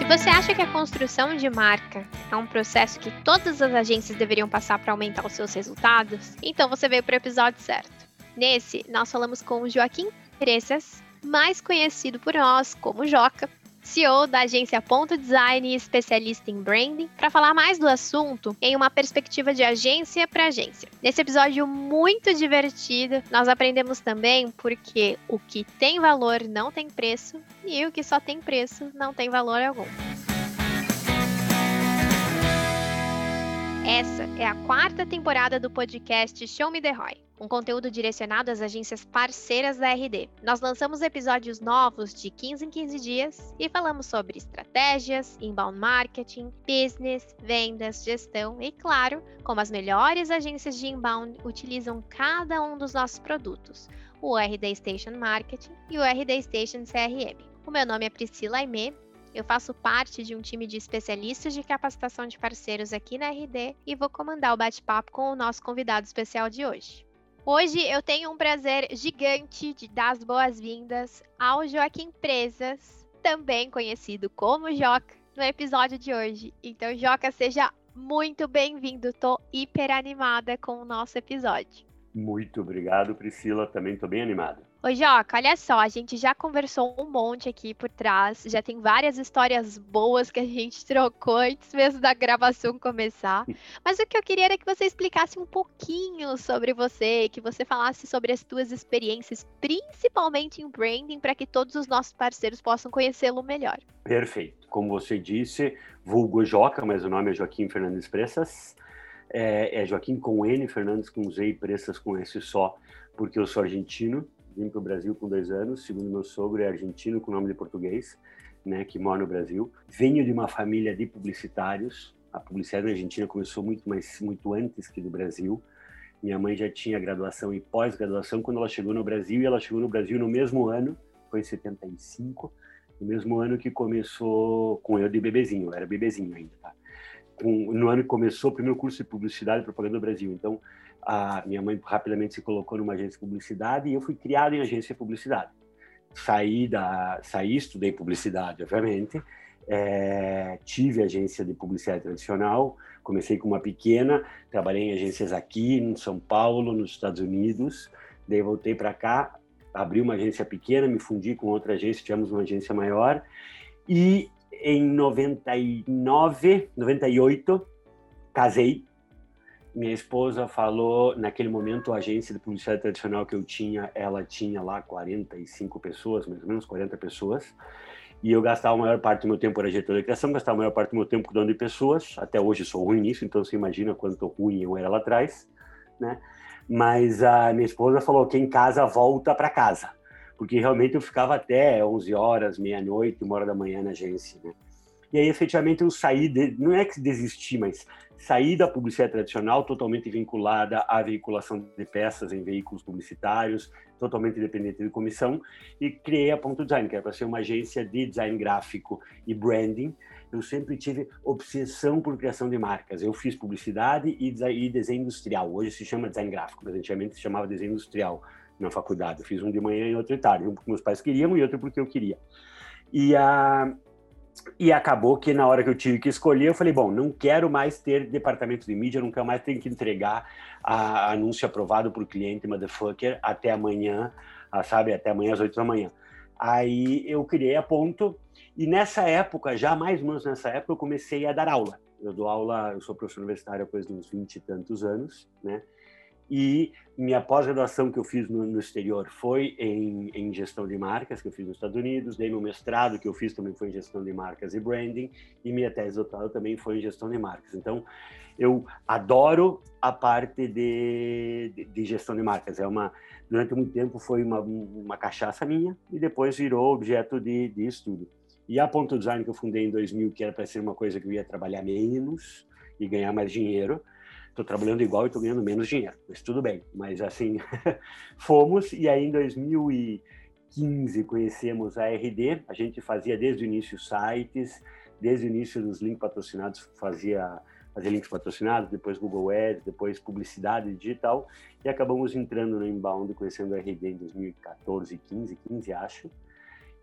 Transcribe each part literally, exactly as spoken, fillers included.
Você acha que a construção de marca é um processo que todas as agências deveriam passar para aumentar os seus resultados? Então você veio para o episódio certo. Nesse, nós falamos com o Joaquim Pressas, mais conhecido por nós como Joca, C E O da agência Ponto Design e especialista em branding, para falar mais do assunto em uma perspectiva de agência para agência. Nesse episódio muito divertido, nós aprendemos também porque o que tem valor não tem preço e o que só tem preço não tem valor algum. Essa é a quarta temporada do podcast Show Me The R O I, um conteúdo direcionado às agências parceiras da R D. Nós lançamos episódios novos de quinze em quinze dias e falamos sobre estratégias, inbound marketing, business, vendas, gestão e, claro, como as melhores agências de inbound utilizam cada um dos nossos produtos, o R D Station Marketing e o R D Station C R M. O meu nome é Priscila Aimé. Eu faço parte de um time de especialistas de capacitação de parceiros aqui na R D e vou comandar o bate-papo com o nosso convidado especial de hoje. Hoje eu tenho um prazer gigante de dar as boas-vindas ao Joaquim Pressas, também conhecido como Joca, no episódio de hoje. Então, Joca, seja muito bem-vindo. Tô hiper animada com o nosso episódio. Muito obrigado, Priscila. Também tô bem animada. Ô, Joca, olha só, a gente já conversou um monte aqui por trás, já tem várias histórias boas que a gente trocou antes mesmo da gravação começar, mas o que eu queria era que você explicasse um pouquinho sobre você, que você falasse sobre as suas experiências, principalmente em branding, para que todos os nossos parceiros possam conhecê-lo melhor. Perfeito. Como você disse, vulgo Joca, mas o nome é Joaquim Fernandes Pressas. É, é Joaquim com N, Fernandes com Z e Pressas com S só, porque eu sou argentino. Vim para o Brasil com dois anos, segundo meu sogro é argentino com nome de português, né, que mora no Brasil. Venho de uma família de publicitários. A publicidade na Argentina começou muito, mais, muito antes que do Brasil. Minha mãe já tinha graduação e pós-graduação quando ela chegou no Brasil, e ela chegou no Brasil no mesmo ano, foi em setenta e cinco, no mesmo ano que começou com eu de bebezinho, eu era bebezinho ainda, tá? Com, no ano que começou o primeiro curso de publicidade e propaganda do Brasil. Então, a minha mãe rapidamente se colocou numa agência de publicidade e eu fui criado em agência de publicidade. Saí, da, saí estudei publicidade, obviamente. É, tive agência de publicidade tradicional. Comecei com uma pequena, trabalhei em agências aqui, em São Paulo, nos Estados Unidos. Daí voltei para cá, abri uma agência pequena, me fundi com outra agência, tivemos uma agência maior. E em noventa e nove, noventa e oito, casei. Minha esposa falou, naquele momento, a agência de publicidade tradicional que eu tinha, ela tinha lá quarenta e cinco pessoas, mais ou menos quarenta pessoas, e eu gastava a maior parte do meu tempo, era diretor de criação, gastava a maior parte do meu tempo cuidando de pessoas, até hoje sou ruim nisso, então você imagina quanto ruim eu era lá atrás, né? Mas a minha esposa falou, quem casa, volta para casa, porque realmente eu ficava até onze horas, meia-noite, uma hora da manhã na agência, né? E aí, efetivamente, eu saí, de, não é que desisti, mas saí da publicidade tradicional, totalmente vinculada à veiculação de peças em veículos publicitários, totalmente dependente de comissão, e criei a Ponto Design, que era para ser uma agência de design gráfico e branding. Eu sempre tive obsessão por criação de marcas. Eu fiz publicidade e desenho industrial. Hoje se chama design gráfico, mas antigamente se chamava desenho industrial na faculdade. Eu fiz um de manhã e outro de tarde, um porque meus pais queriam e outro porque eu queria. E a... E acabou que na hora que eu tive que escolher, eu falei, bom, não quero mais ter departamento de mídia, não quero mais ter que entregar a anúncio aprovado por cliente, motherfucker, até amanhã, sabe, até amanhã às oito da manhã. Aí eu criei a Ponto, e nessa época, já mais ou menos nessa época, eu comecei a dar aula. Eu dou aula, eu sou professor universitário depois de uns vinte e tantos anos, né? E minha pós-graduação que eu fiz no, no exterior foi em, em gestão de marcas, que eu fiz nos Estados Unidos. Daí meu mestrado que eu fiz também foi em gestão de marcas e branding. E minha tese de doutorado também foi em gestão de marcas. Então, eu adoro a parte de, de, de gestão de marcas. É uma, durante muito tempo foi uma, uma cachaça minha e depois virou objeto de, de estudo. E a Ponto Design que eu fundei em dois mil, que era para ser uma coisa que eu ia trabalhar menos e ganhar mais dinheiro, estou trabalhando igual e estou ganhando menos dinheiro, mas tudo bem. Mas assim, fomos, e aí em dois mil e quinze conhecemos a R D, a gente fazia desde o início sites, desde o início dos links patrocinados, fazia, fazia links patrocinados, depois Google Ads, depois publicidade digital, e acabamos entrando no inbound, conhecendo a R D em dois mil e quatorze, quinze, quinze acho,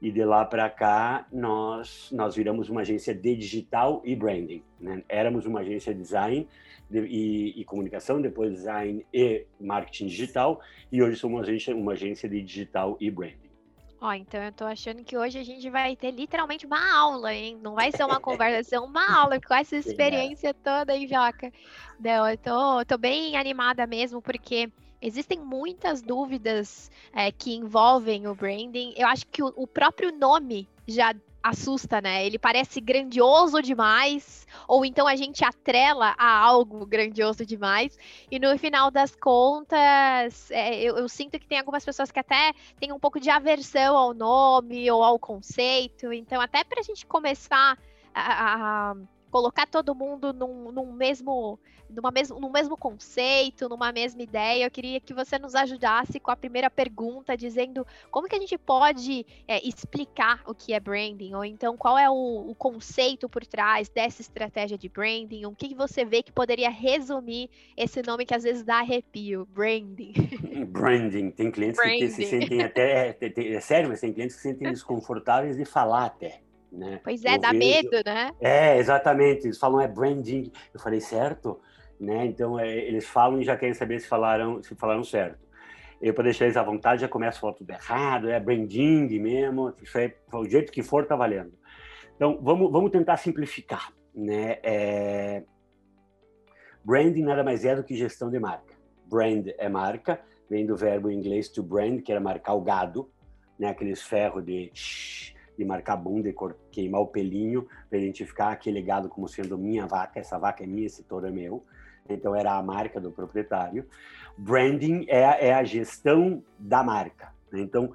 e de lá para cá nós, nós viramos uma agência de digital e branding, né? Éramos uma agência de design de, e, e comunicação, depois design e marketing digital, e hoje somos uma agência, uma agência de digital e branding. Ó, então eu tô achando que hoje a gente vai ter literalmente uma aula, hein? Não vai ser uma conversa, vai ser uma aula com essa experiência toda aí, Joca. Não, eu tô, tô bem animada mesmo, porque existem muitas dúvidas é, que envolvem o branding. Eu acho que o, o próprio nome já assusta, né? Ele parece grandioso demais, ou então a gente atrela a algo grandioso demais, e no final das contas, é, eu, eu sinto que tem algumas pessoas que até têm um pouco de aversão ao nome ou ao conceito, então até para a gente começar a, a colocar todo mundo num, num mesmo, numa mesmo, num mesmo conceito, numa mesma ideia, eu queria que você nos ajudasse com a primeira pergunta, dizendo como que a gente pode é, explicar o que é branding, ou então qual é o, o conceito por trás dessa estratégia de branding, o que, que você vê que poderia resumir esse nome que às vezes dá arrepio, branding. Branding, tem clientes branding. que, que se sentem até, é, é, é sério, mas tem clientes que se sentem desconfortáveis de falar até. Né? Pois é, eu dá vejo... medo, né? É, exatamente. Eles falam é branding. Eu falei certo, né? Então é, eles falam e já querem saber se falaram, se falaram certo. Eu para deixar eles à vontade já começo a falar tudo errado, é branding mesmo. Isso é o jeito que for tá valendo. Então vamos vamos tentar simplificar, né? É... Branding nada mais é do que gestão de marca. Brand é marca, vem do verbo em inglês to brand, que era marcar o gado, né? Aqueles ferros de de marcar a bunda e queimar o pelinho para identificar aquele gado como sendo minha vaca, essa vaca é minha, esse touro é meu. Então era a marca do proprietário. Branding é, é a gestão da marca. Então,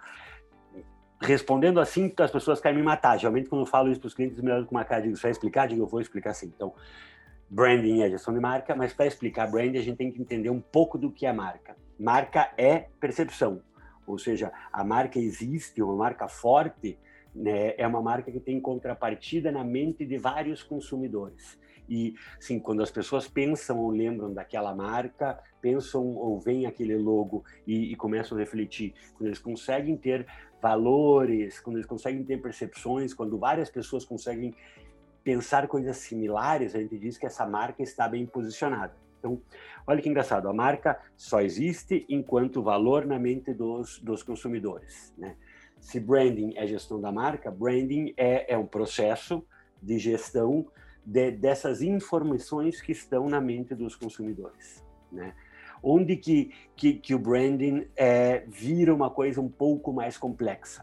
respondendo assim, as pessoas querem me matar. Geralmente quando eu falo isso para os clientes, me olham com uma cara, digo, você vai explicar? Digo, eu vou explicar sim. Então, branding é a gestão de marca, mas para explicar branding a gente tem que entender um pouco do que é marca. Marca é percepção, ou seja, a marca existe, uma marca forte, né, é uma marca que tem contrapartida na mente de vários consumidores. E, sim, quando as pessoas pensam ou lembram daquela marca, pensam ou veem aquele logo e, e começam a refletir, quando eles conseguem ter valores, quando eles conseguem ter percepções, quando várias pessoas conseguem pensar coisas similares, a gente diz que essa marca está bem posicionada. Então, olha que engraçado, a marca só existe enquanto valor na mente dos, dos consumidores, né? Se branding é gestão da marca, branding é, é um processo de gestão de, dessas informações que estão na mente dos consumidores, né? Onde que, que, que o branding é, vira uma coisa um pouco mais complexa.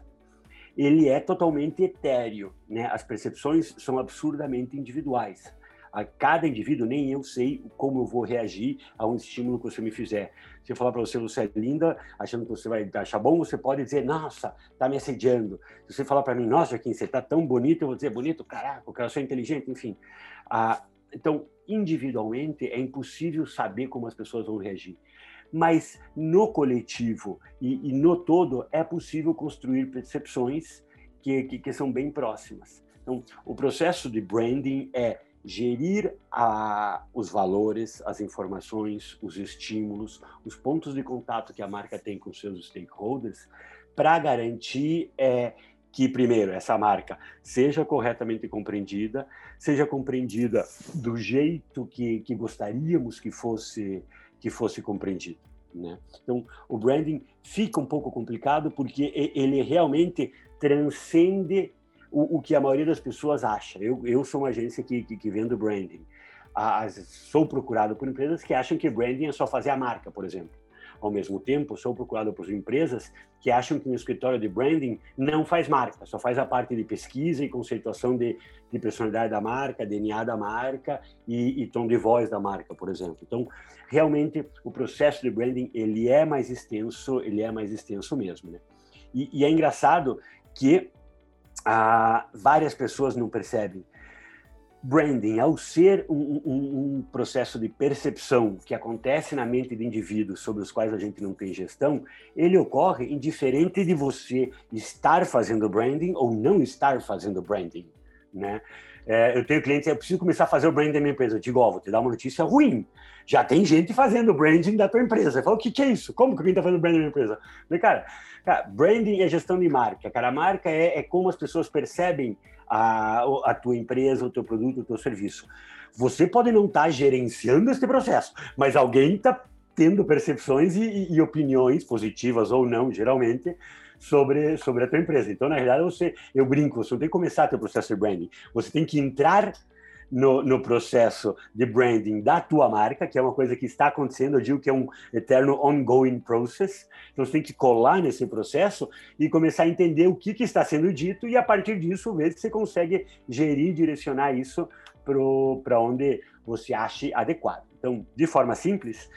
Ele é totalmente etéreo, né? As percepções são absurdamente individuais. A cada indivíduo, nem eu sei como eu vou reagir a um estímulo que você me fizer. Se eu falar para você, você é linda, achando que você vai achar bom, você pode dizer, nossa, tá me assediando. Se você falar para mim, nossa, Joaquim, você tá tão bonito, eu vou dizer, bonito, caraca, o cara sou inteligente, enfim. Ah, então, individualmente, é impossível saber como as pessoas vão reagir. Mas no coletivo e, e no todo, é possível construir percepções que, que, que são bem próximas. Então, o processo de branding é gerir a, os valores, as informações, os estímulos, os pontos de contato que a marca tem com seus stakeholders para garantir é, que, primeiro, essa marca seja corretamente compreendida, seja compreendida do jeito que, que gostaríamos que fosse, que fosse compreendida, né? Então, o branding fica um pouco complicado porque ele realmente transcende O, o que a maioria das pessoas acha. Eu, eu sou uma agência que, que, que vendo branding. Ah, sou procurado por empresas que acham que branding é só fazer a marca, por exemplo. Ao mesmo tempo, sou procurado por empresas que acham que no escritório de branding não faz marca, só faz a parte de pesquisa e conceituação de, de personalidade da marca, D N A da marca e, e tom de voz da marca, por exemplo. Então, realmente, o processo de branding, ele é mais extenso, ele é mais extenso mesmo, né? E, e é engraçado que Ah, várias pessoas não percebem. Branding, ao ser um, um, um processo de percepção que acontece na mente de indivíduos sobre os quais a gente não tem gestão, ele ocorre indiferente de você estar fazendo branding ou não estar fazendo branding, né? É, eu tenho clientes, eu preciso começar a fazer o branding da minha empresa. Eu digo, ó, vou te dar uma notícia ruim. Já tem gente fazendo o branding da tua empresa. Eu falo, o que, que é isso? Como que alguém está fazendo o branding da minha empresa? Eu falei, cara, cara, branding é gestão de marca. Cara, a marca é, é como as pessoas percebem a, a tua empresa, o teu produto, o teu serviço. Você pode não estar tá gerenciando esse processo, mas alguém está tendo percepções e, e, e opiniões, positivas ou não, geralmente, sobre, sobre a tua empresa. Então, na realidade, você, eu brinco, você não tem que começar teu processo de branding, você tem que entrar no, no processo de branding da tua marca, que é uma coisa que está acontecendo, eu digo que é um eterno ongoing process, então você tem que colar nesse processo e começar a entender o que, que está sendo dito e, a partir disso, ver se você consegue gerir, direcionar isso para onde você ache adequado. Então, de forma simples,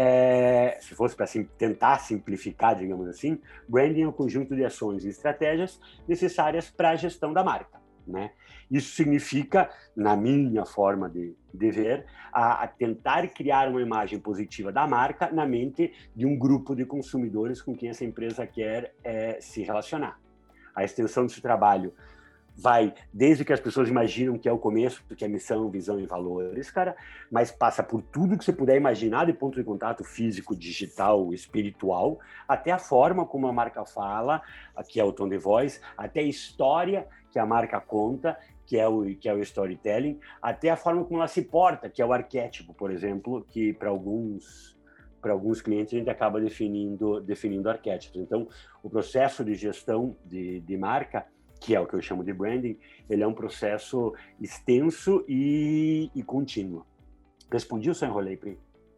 é, se fosse para sim, tentar simplificar, digamos assim, branding é um conjunto de ações e estratégias necessárias para a gestão da marca, né? Isso significa, na minha forma de, de ver, a, a tentar criar uma imagem positiva da marca na mente de um grupo de consumidores com quem essa empresa quer é, se relacionar. A extensão desse trabalho vai desde que as pessoas imaginam que é o começo, que é missão, visão e valores, cara, mas passa por tudo que você puder imaginar de ponto de contato físico, digital, espiritual, até a forma como a marca fala, que é o tom de voz, até a história que a marca conta, que é o, que é o storytelling, até a forma como ela se porta, que é o arquétipo, por exemplo, que para alguns... para alguns clientes a gente acaba definindo, definindo arquétipos. Então, o processo de gestão de, de marca, que é o que eu chamo de branding, ele é um processo extenso e, e contínuo. Respondi ou só enrolei, Pri?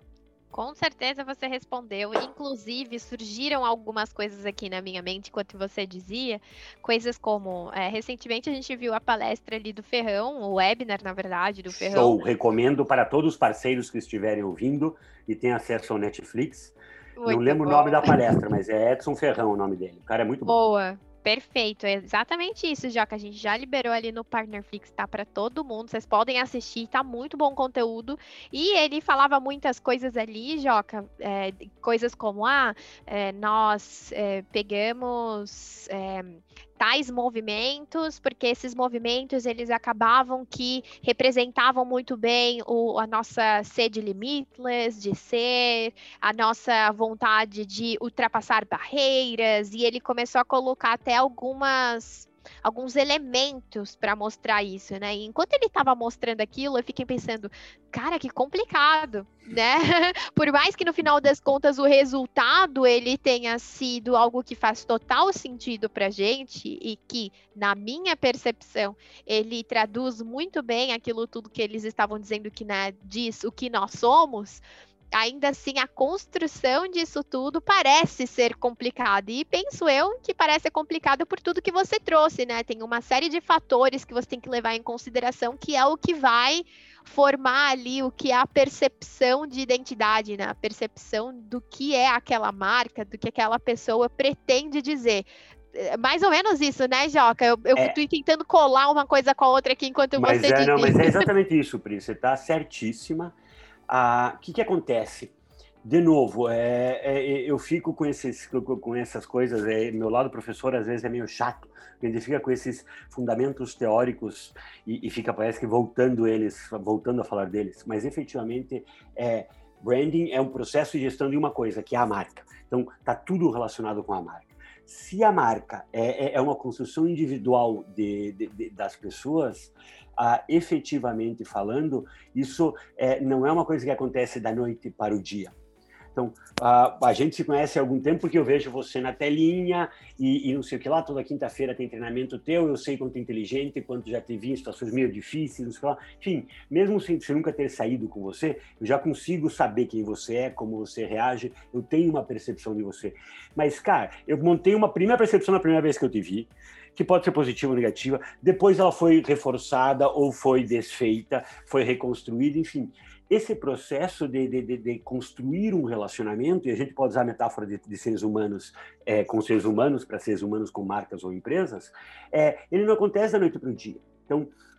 Com certeza você respondeu. Inclusive, surgiram algumas coisas aqui na minha mente enquanto você dizia, coisas como, é, recentemente a gente viu a palestra ali do Ferrão, o webinar, na verdade, do Ferrão. Show! Recomendo para todos os parceiros que estiverem ouvindo e têm acesso ao Netflix. Muito Não lembro bom. o nome da palestra, mas é Edson Ferrão o nome dele. O cara é muito bom. Boa. Perfeito, é exatamente isso, já que a gente já liberou ali no Partnerflix, tá para todo mundo, vocês podem assistir, tá muito bom conteúdo, e ele falava muitas coisas ali, Joca, é, coisas como, ah, é, nós é, pegamos... É, tais movimentos, porque esses movimentos eles acabavam que representavam muito bem o, a nossa sede limitless de ser, a nossa vontade de ultrapassar barreiras, e ele começou a colocar até algumas alguns elementos para mostrar isso, né? E enquanto ele estava mostrando aquilo, eu fiquei pensando, cara, que complicado, né? Por mais que no final das contas o resultado ele tenha sido algo que faz total sentido para gente e que, na minha percepção, ele traduz muito bem aquilo tudo que eles estavam dizendo que, né, diz o que nós somos. Ainda assim, a construção disso tudo parece ser complicada. E penso eu que parece ser complicado por tudo que você trouxe, né? Tem uma série de fatores que você tem que levar em consideração, que é o que vai formar ali o que é a percepção de identidade, né? A percepção do que é aquela marca, do que aquela pessoa pretende dizer. Mais ou menos isso, né, Joca? Eu, eu é, tô tentando colar uma coisa com a outra aqui enquanto mas você é, diz. Não, mas é exatamente isso, Pri. Você está certíssima. O ah, que, que acontece? De novo, é, é, eu fico com, esses, com essas coisas, é, meu lado professor às vezes é meio chato, a gente fica com esses fundamentos teóricos e, e fica, parece que voltando eles, voltando a falar deles, mas efetivamente é, branding é um processo de gestão de uma coisa, que é a marca. Então, está tudo relacionado com a marca. Se a marca é, é uma construção individual de, de, de, das pessoas, ah, efetivamente falando, isso é, não é uma coisa que acontece da noite para o dia. Então, a, a gente se conhece há algum tempo porque eu vejo você na telinha e, e não sei o que lá, toda quinta-feira tem treinamento teu, eu sei quanto é inteligente, quanto já te vi em situações meio difíceis, não sei o que lá. Enfim, mesmo sem, sem nunca ter saído com você, eu já consigo saber quem você é, como você reage, eu tenho uma percepção de você. Mas, cara, eu montei uma primeira percepção na primeira vez que eu te vi, que pode ser positiva ou negativa, depois ela foi reforçada ou foi desfeita, foi reconstruída, enfim. Esse processo de, de, de construir um relacionamento, e a gente pode usar a metáfora de, de seres humanos é, com seres humanos para seres humanos com marcas ou empresas, é, ele não acontece da noite para o dia. Então,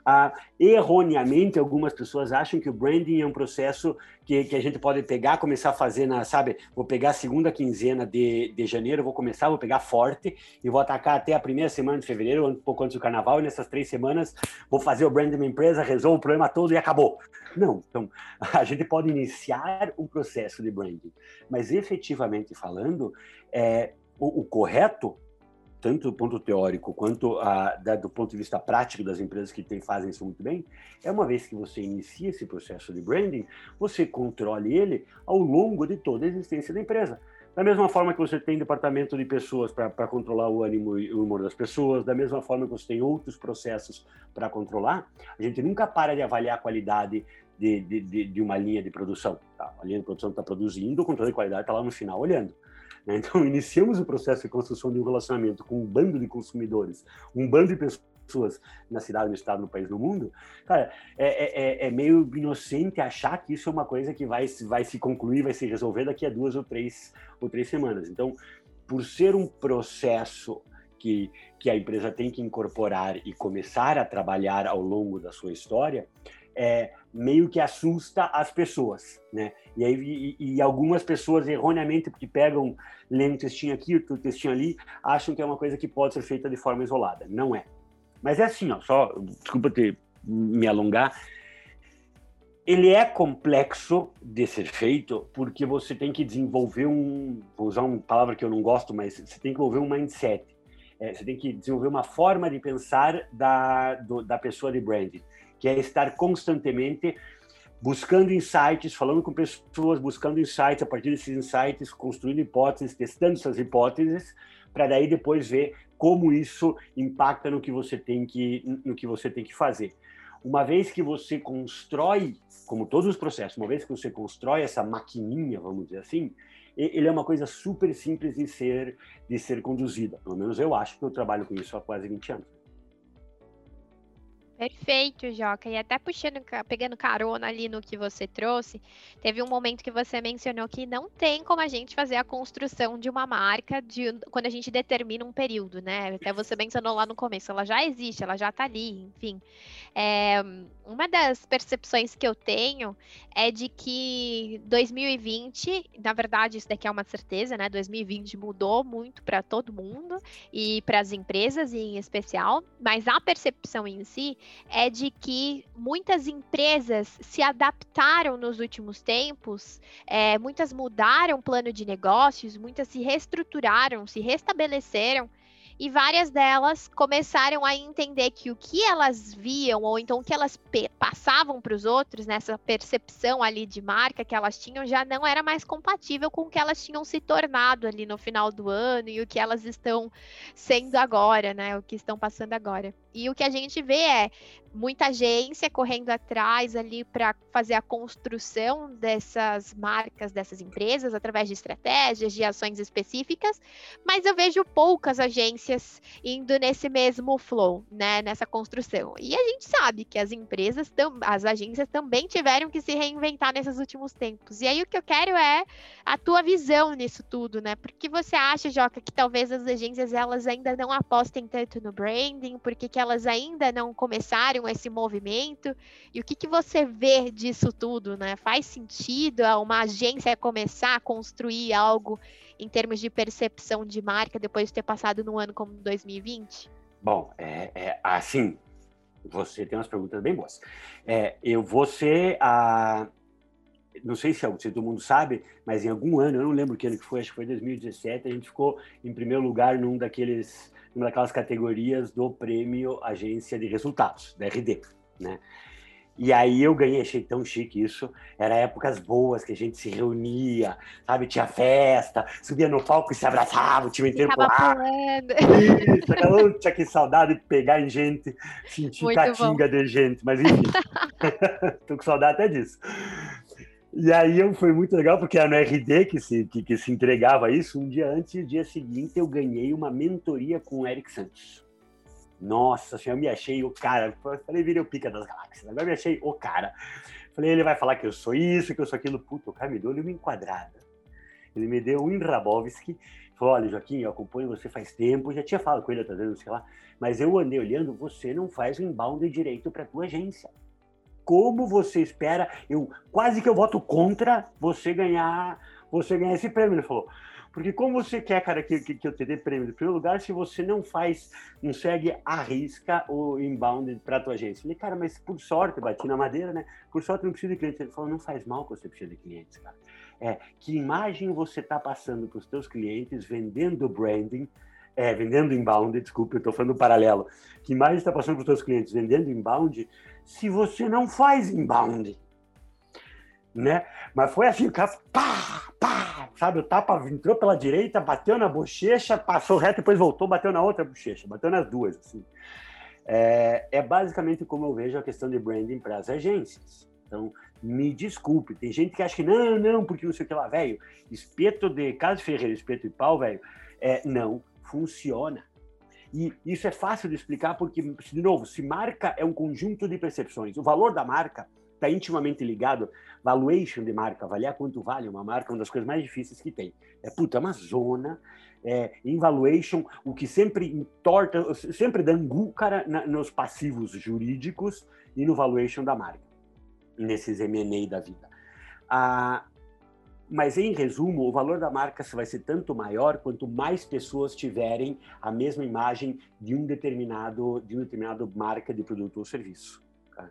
Ah, erroneamente, algumas pessoas acham que o branding é um processo que, que a gente pode pegar, começar a fazer, na, sabe? Vou pegar a segunda quinzena de, de janeiro, vou começar, vou pegar forte e vou atacar até a primeira semana de fevereiro, um pouco antes do carnaval, e nessas três semanas vou fazer o branding da minha empresa, resolvo o problema todo e acabou. Não, então a gente pode iniciar um processo de branding, mas efetivamente falando, é, o, o correto, tanto do ponto teórico quanto a, da, do ponto de vista prático das empresas que tem, fazem isso muito bem, é uma vez que você inicia esse processo de branding, você controle ele ao longo de toda a existência da empresa. Da mesma forma que você tem departamento de pessoas para controlar o ânimo e o humor das pessoas, da mesma forma que você tem outros processos para controlar, a gente nunca para de avaliar a qualidade de, de, de, de uma linha de produção. Tá? A linha de produção está produzindo, o controle de qualidade está lá no final olhando. Então, iniciamos o processo de construção de um relacionamento com um bando de consumidores, um bando de pessoas na cidade, no estado, no país, no mundo. Cara, é, é, é meio inocente achar que isso é uma coisa que vai, vai se concluir, vai se resolver daqui a duas ou três, ou três semanas. Então, por ser um processo que, que a empresa tem que incorporar e começar a trabalhar ao longo da sua história, é, meio que assusta as pessoas, né? E, aí, e, e algumas pessoas, erroneamente, porque pegam, lêem um textinho aqui, outro textinho ali, acham que é uma coisa que pode ser feita de forma isolada. Não é. Mas é assim, ó, só, desculpa ter, me alongar, ele é complexo de ser feito porque você tem que desenvolver um, vou usar uma palavra que eu não gosto, mas você tem que desenvolver um mindset. É, você tem que desenvolver uma forma de pensar da, do, da pessoa de branding, que é estar constantemente buscando insights, falando com pessoas, buscando insights, a partir desses insights, construindo hipóteses, testando essas hipóteses, para daí depois ver como isso impacta no que você tem que, no que você tem que fazer. Uma vez que você constrói, como todos os processos, uma vez que você constrói essa maquininha, vamos dizer assim, ele é uma coisa super simples de ser, de ser conduzida. Pelo menos eu acho que eu trabalho com isso há quase vinte anos. Perfeito, Joca. E até puxando, pegando carona ali no que você trouxe, teve um momento que você mencionou que não tem como a gente fazer a construção de uma marca de, quando a gente determina um período, né? Até você mencionou lá no começo, ela já existe, ela já está ali, enfim. É, uma das percepções que eu tenho é de que dois mil e vinte, na verdade, isso daqui é uma certeza, né? dois mil e vinte mudou muito para todo mundo e para as empresas em especial, mas a percepção em si é de que muitas empresas se adaptaram nos últimos tempos, é, muitas mudaram o plano de negócios, muitas se reestruturaram, se restabeleceram, e várias delas começaram a entender que o que elas viam, ou então o que elas passavam para os outros, nessa percepção ali de marca que elas tinham, já não era mais compatível com o que elas tinham se tornado ali no final do ano e o que elas estão sendo agora, né? O que estão passando agora. E o que a gente vê é muita agência correndo atrás ali para fazer a construção dessas marcas, dessas empresas, através de estratégias, de ações específicas, mas eu vejo poucas agências indo nesse mesmo flow, né, nessa construção. E a gente sabe que as empresas, as agências também tiveram que se reinventar nesses últimos tempos. E aí o que eu quero é a tua visão nisso tudo, né? Por que você acha, Joca, que talvez as agências elas ainda não apostem tanto no branding? Por que que elas ainda não começaram esse movimento? E o que que você vê disso tudo, né? Faz sentido uma agência começar a construir algo em termos de percepção de marca depois de ter passado num ano como dois mil e vinte? Bom, é, é assim, você tem umas perguntas bem boas. É, eu vou ser a... Não sei se, se todo mundo sabe, mas em algum ano, eu não lembro que ano que foi, acho que foi dois mil e dezessete, a gente ficou em primeiro lugar num daqueles, numa daquelas categorias do prêmio Agência de Resultados, da R D, né? E aí eu ganhei, achei tão chique isso. Era épocas boas que a gente se reunia, sabe? Tinha festa, subia no palco e se abraçava, o time inteiro pulava. Isso, aquela, tinha que saudade de pegar em gente, sentir Muito catinga bom. de gente, mas enfim, tô com saudade até disso. E aí eu, foi muito legal, porque era no R D que se, que, que se entregava isso. Um dia antes, no dia seguinte, eu ganhei uma mentoria com o Eric Santos. Nossa senhora, eu me achei o cara. Falei, virei o pica das galáxias. Agora eu me achei o cara. Falei, ele vai falar que eu sou isso, que eu sou aquilo. Puta, o cara me deu uma enquadrada. Ele me deu um Rabowski falou, olha, Joaquim, eu acompanho você faz tempo, já tinha falado com ele outras vezes, sei lá, mas eu andei olhando, você não faz o inbound direito para a tua agência. Como você espera, eu quase que eu voto contra você ganhar, você ganhar esse prêmio, ele falou. Porque como você quer, cara, que, que, que eu te dê prêmio? Em primeiro lugar, se você não faz, não segue à risca o inbound para a tua agência. Eu falei, cara, mas por sorte, bati na madeira, né? Por sorte não precisa de clientes. Ele falou, não faz mal que você precisa de clientes, cara. É, que imagem você está passando para os teus clientes vendendo branding, é, vendendo inbound, desculpa, eu estou falando paralelo. Que imagem está passando para os teus clientes vendendo inbound se você não faz inbound? Né? Mas foi assim, o cara, pá, pá, sabe, o tapa entrou pela direita, bateu na bochecha, passou reto, depois voltou, bateu na outra bochecha, bateu nas duas, assim. É, é basicamente como eu vejo a questão de branding para as agências. Então, me desculpe, tem gente que acha que não, não, porque não sei o que lá, velho, espeto de Casa Ferreira, espeto de pau, velho, é, não funciona. E isso é fácil de explicar porque, de novo, se marca é um conjunto de percepções, o valor da marca está intimamente ligado, valuation de marca, avaliar quanto vale uma marca, é uma das coisas mais difíceis que tem. É, puta, é uma zona, é, em valuation, o que sempre entorta, sempre dá angu, cara, na, nos passivos jurídicos e no valuation da marca, nesses M and A da vida. Ah, mas, em resumo, o valor da marca vai ser tanto maior quanto mais pessoas tiverem a mesma imagem de um determinado, de um determinado marca de produto ou serviço. Tá?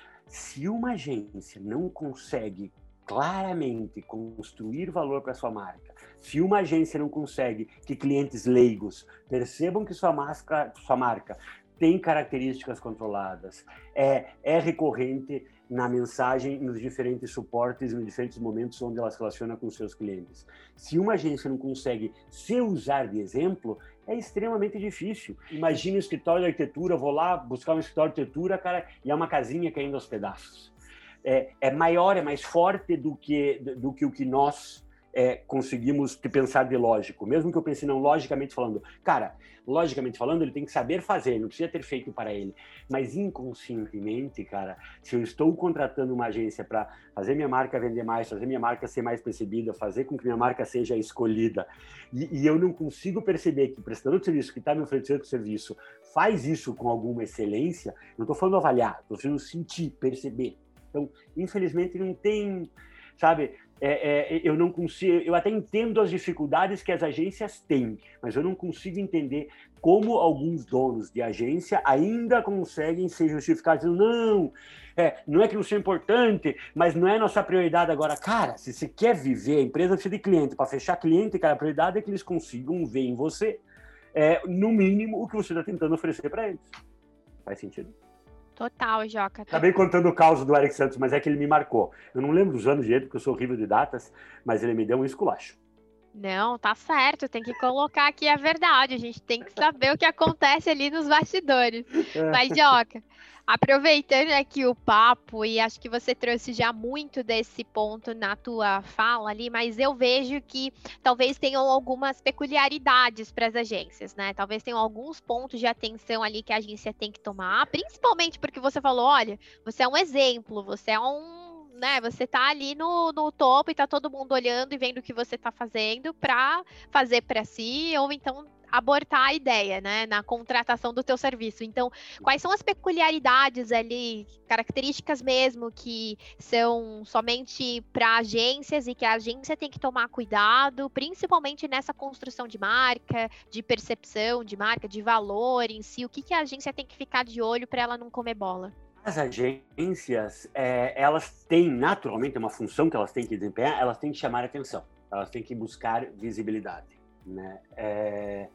Se uma agência não consegue claramente construir valor para sua marca, se uma agência não consegue que clientes leigos percebam que sua marca, sua marca tem características controladas, é, é recorrente na mensagem, nos diferentes suportes, nos diferentes momentos onde ela se relaciona com seus clientes. Se uma agência não consegue se usar de exemplo, é extremamente difícil. Imagine um escritório de arquitetura, vou lá buscar um escritório de arquitetura, cara, e é uma casinha caindo aos pedaços. É, é maior, é mais forte do que, do que o que nós é, conseguimos pensar de lógico. Mesmo que eu pense não logicamente falando. Cara, logicamente falando, ele tem que saber fazer, não precisa ter feito para ele. Mas inconscientemente, cara, se eu estou contratando uma agência para fazer minha marca vender mais, fazer minha marca ser mais percebida, fazer com que minha marca seja escolhida, e, e eu não consigo perceber que prestando o serviço, que está me oferecendo o serviço, faz isso com alguma excelência, não estou falando avaliar, estou falando sentir, perceber. Então, infelizmente, não tem, sabe, é, é, eu não consigo, eu até entendo as dificuldades que as agências têm, mas eu não consigo entender como alguns donos de agência ainda conseguem se justificar dizendo, não, é, não é que não seja importante, mas não é nossa prioridade agora. Cara, se você quer viver, a empresa precisa de cliente, para fechar cliente, cara, a prioridade é que eles consigam ver em você, é, no mínimo, o que você está tentando oferecer para eles. Faz sentido? Total, Joca. Acabei contando o caos do Eric Santos, mas é que ele me marcou. Eu não lembro dos anos direito, porque eu sou horrível de datas, mas ele me deu um esculacho. Não, tá certo, tem que colocar aqui a verdade, a gente tem que saber o que acontece ali nos bastidores. É. Mas, Joca, aproveitando aqui o papo, e acho que você trouxe já muito desse ponto na tua fala ali, mas eu vejo que talvez tenham algumas peculiaridades para as agências, né? Talvez tenham alguns pontos de atenção ali que a agência tem que tomar, principalmente porque você falou, olha, você é um exemplo, você é um né, você tá ali no, no topo e tá todo mundo olhando e vendo o que você tá fazendo para fazer para si, ou então abortar a ideia, né, na contratação do teu serviço. Então, quais são as peculiaridades ali, características mesmo que são somente para agências e que a agência tem que tomar cuidado, principalmente nessa construção de marca, de percepção de marca, de valor em si, o que, que a agência tem que ficar de olho para ela não comer bola? As agências, é, elas têm, naturalmente, uma função que elas têm que desempenhar, elas têm que chamar atenção, elas têm que buscar visibilidade, né? É,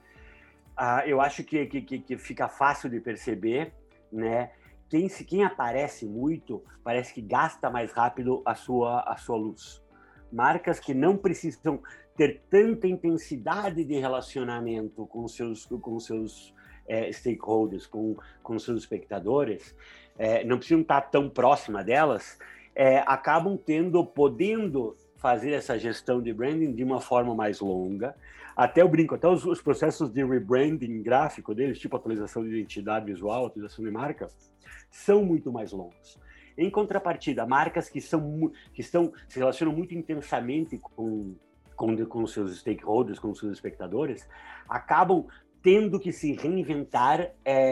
ah, eu acho que, que, que fica fácil de perceber, né? Quem, se, quem aparece muito, parece que gasta mais rápido a sua, a sua luz. Marcas que não precisam ter tanta intensidade de relacionamento com seus, com seus é, stakeholders, com, com seus espectadores, É, não precisam estar tão próxima delas, é, acabam tendo, podendo fazer essa gestão de branding de uma forma mais longa. Até eu brinco, até os, os processos de rebranding gráfico deles, tipo atualização de identidade visual, atualização de marca, são muito mais longos. Em contrapartida, marcas que, são, que estão, se relacionam muito intensamente com, com, com seus stakeholders, com seus espectadores, acabam tendo que se reinventar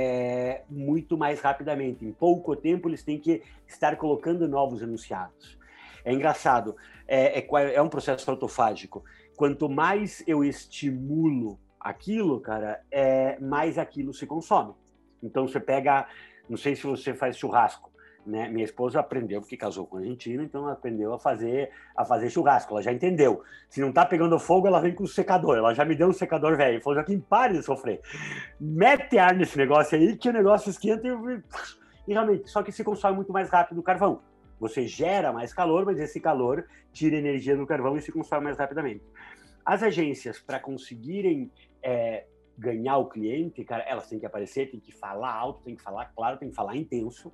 é, muito mais rapidamente. Em pouco tempo, eles têm que estar colocando novos enunciados. É engraçado, é, é, é um processo autofágico. Quanto mais eu estimulo aquilo, cara, é, mais aquilo se consome. Então, você pega... Não sei se você faz churrasco, né? Minha esposa aprendeu, porque casou com um argentino, então ela aprendeu a fazer, a fazer churrasco. Ela já entendeu. Se não tá pegando fogo, ela vem com o secador. Ela já me deu um secador velho. Falou, Joaquim, pare de sofrer. Mete ar nesse negócio aí, que o negócio esquenta e... E realmente, só que se consome muito mais rápido o carvão. Você gera mais calor, mas esse calor tira energia do carvão e se consome mais rapidamente. As agências, para conseguirem... É, ganhar o cliente, cara, elas têm que aparecer, têm que falar alto, têm que falar claro, têm que falar intenso.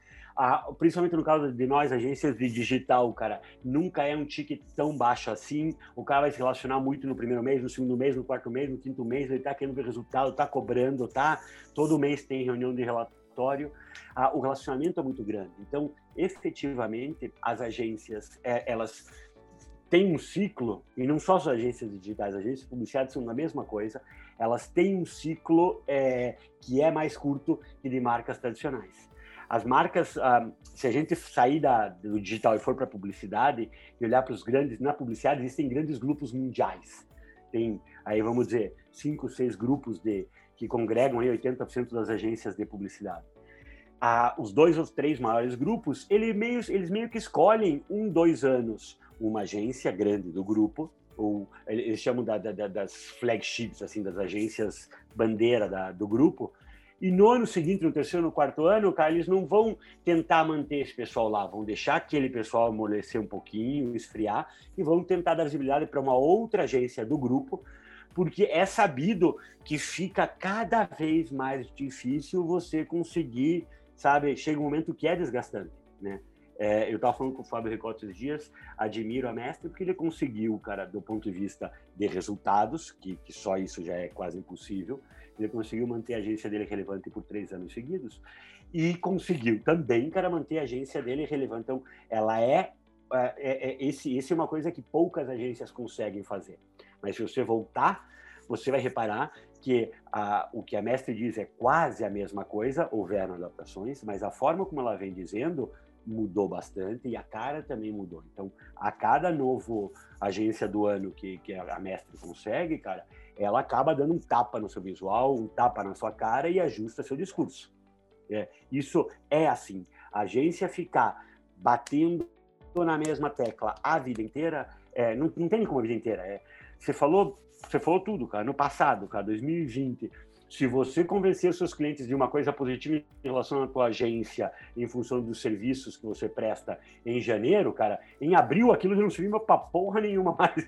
Ah, principalmente no caso de nós, agências de digital, cara, nunca é um ticket tão baixo assim. O cara vai se relacionar muito no primeiro mês, no segundo mês, no quarto mês, no quinto mês, ele tá querendo ver resultado, tá cobrando, tá? Todo mês tem reunião de relatório. Ah, o relacionamento é muito grande. Então, efetivamente, as agências, é, elas têm um ciclo, e não só as agências digitais, as agências publicitárias são a mesma coisa, elas têm um ciclo é, que é mais curto que de marcas tradicionais. As marcas, ah, se a gente sair da, do digital e for para a publicidade e olhar para os grandes, na publicidade existem grandes grupos mundiais. Tem, aí vamos dizer, cinco, seis grupos de, que congregam aí oitenta por cento das agências de publicidade. Ah, os dois ou três maiores grupos, eles meio, eles meio que escolhem um, dois anos uma agência grande do grupo, ou eles chamam da, da, das flagships, assim, das agências bandeira da, do grupo, e no ano seguinte, no terceiro, no quarto ano, cara, eles não vão tentar manter esse pessoal lá, vão deixar aquele pessoal amolecer um pouquinho, esfriar, e vão tentar dar visibilidade para uma outra agência do grupo, porque é sabido que fica cada vez mais difícil você conseguir, sabe, chega um momento que é desgastante, né? É, eu estava falando com o Fábio Ricotti esses dias, admiro a Mestre porque ele conseguiu, cara, do ponto de vista de resultados, que, que só isso já é quase impossível, ele conseguiu manter a agência dele relevante por três anos seguidos e conseguiu também, cara, manter a agência dele relevante. Então, ela é, é, é esse, esse é uma coisa que poucas agências conseguem fazer. Mas se você voltar, você vai reparar que a, o que a Mestre diz é quase a mesma coisa, houveram adaptações, mas a forma como ela vem dizendo mudou bastante e a cara também mudou. Então, a cada novo agência do ano que, que a Mestre consegue, cara, ela acaba dando um tapa no seu visual, um tapa na sua cara e ajusta seu discurso. É, isso é assim. A agência ficar batendo na mesma tecla a vida inteira, é, não, não tem como a vida inteira. É, você falou, você falou tudo, cara. No passado, cara, dois mil e vinte, se você convencer os seus clientes de uma coisa positiva em relação à tua agência, em função dos serviços que você presta em janeiro, cara, em abril aquilo já não servia pra porra nenhuma mais.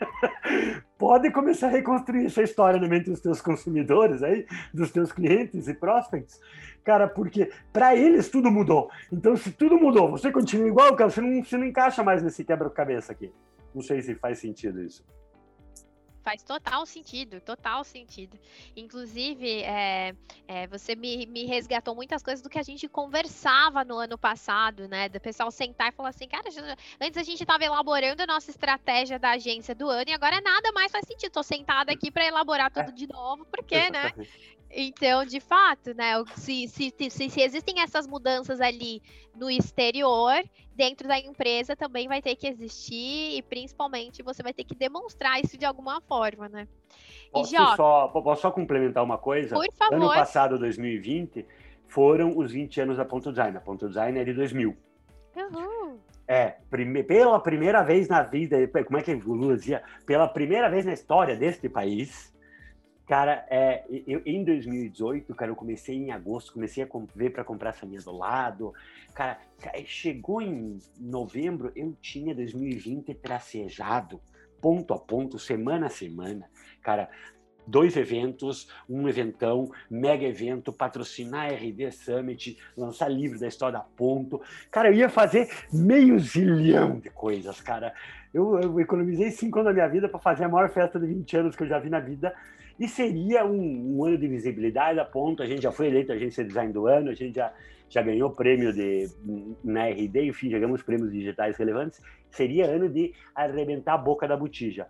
Pode começar a reconstruir essa história na mente dos teus consumidores aí, dos teus clientes e prospects, cara, porque para eles tudo mudou. Então, se tudo mudou, você continua igual, cara, você não, você não encaixa mais nesse quebra-cabeça aqui. Não sei se faz sentido isso. Faz total sentido, total sentido. Inclusive, é, é, você me, me resgatou muitas coisas do que a gente conversava no ano passado, né? Do pessoal sentar e falar assim, cara, antes a gente estava elaborando a nossa estratégia da agência do ano e agora nada mais faz sentido. Estou sentada aqui para elaborar tudo de novo, porque, né? Então, de fato, né? Se, se, se, se existem essas mudanças ali no exterior, dentro da empresa também vai ter que existir e principalmente você vai ter que demonstrar isso de alguma forma, né? Posso, e, Jó, só, posso só complementar uma coisa? Por favor. Ano passado, dois mil e vinte, foram os vinte anos da Ponto Design. A Ponto Design é de dois mil. Uhum. É, prime, pela primeira vez na vida, como é que o Lula dizia? Pela primeira vez na história deste país, cara, é, eu, em dois mil e dezoito, cara, eu comecei em agosto, comecei a ver para comprar essa minha do lado. Cara, chegou em novembro, eu tinha dois mil e vinte tracejado, ponto a ponto, semana a semana. Cara, dois eventos, um eventão, mega evento, patrocinar a R D Summit, lançar livro da história da Ponto. Cara, eu ia fazer meio zilhão de coisas, cara. Eu, eu economizei cinco anos da minha vida para fazer a maior festa de vinte anos que eu já vi na vida. E seria um, um ano de visibilidade a ponto, a gente já foi eleito agência de design do ano, a gente já, já ganhou prêmio de, na R D, enfim, já ganhamos prêmios digitais relevantes, seria ano de arrebentar a boca da botija.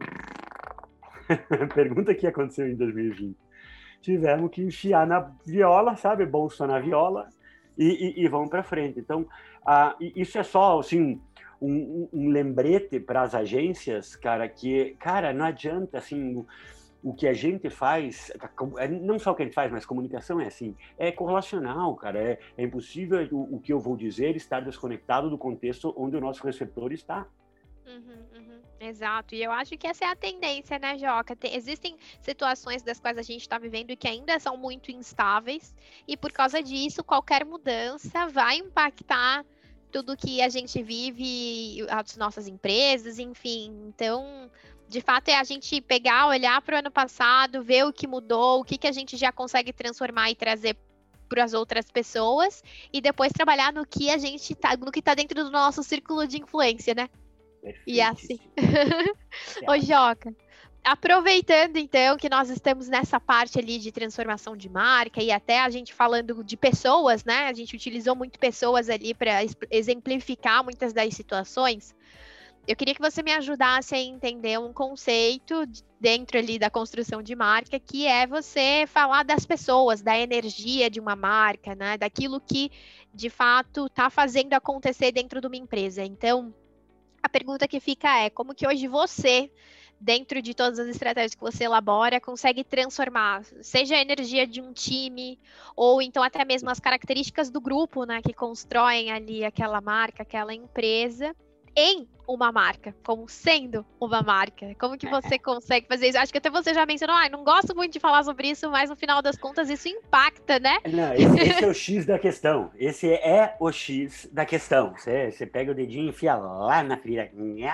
Pergunta o que aconteceu em dois mil e vinte. Tivemos que enfiar na viola, sabe, bolsa na viola, e, e, e vamos para frente. Então, ah, isso é só, assim, um, um lembrete para as agências, cara, que, cara, não adianta, assim... O que a gente faz, não só o que a gente faz, mas comunicação é assim, é correlacional, cara. É, é impossível o, o que eu vou dizer estar desconectado do contexto onde o nosso receptor está. Uhum, uhum, exato. E eu acho que essa é a tendência, né, Joca? Tem, existem situações das quais a gente está vivendo e que ainda são muito instáveis, e por causa disso, qualquer mudança vai impactar tudo que a gente vive, as nossas empresas, enfim. Então, de fato, é a gente pegar, olhar para o ano passado, ver o que mudou, o que, que a gente já consegue transformar e trazer para as outras pessoas, e depois trabalhar no que a gente tá, no que está dentro do nosso círculo de influência, né? E assim. Ô, Joca, aproveitando então que nós estamos nessa parte ali de transformação de marca e até a gente falando de pessoas, né? A gente utilizou muito pessoas ali para exemplificar muitas das situações. Eu queria que você me ajudasse a entender um conceito dentro ali da construção de marca, que é você falar das pessoas, da energia de uma marca, né? Daquilo que, de fato, está fazendo acontecer dentro de uma empresa. Então, a pergunta que fica é, como que hoje você, dentro de todas as estratégias que você elabora, consegue transformar, seja a energia de um time, ou então até mesmo as características do grupo, né? Que constroem ali aquela marca, aquela empresa, em uma marca, como sendo uma marca. Como que você consegue fazer isso? Acho que até você já mencionou, ah, não gosto muito de falar sobre isso, mas no final das contas isso impacta, né? Não, esse, esse é o X da questão. Esse é o X da questão. Você, você pega o dedinho e enfia lá na ferida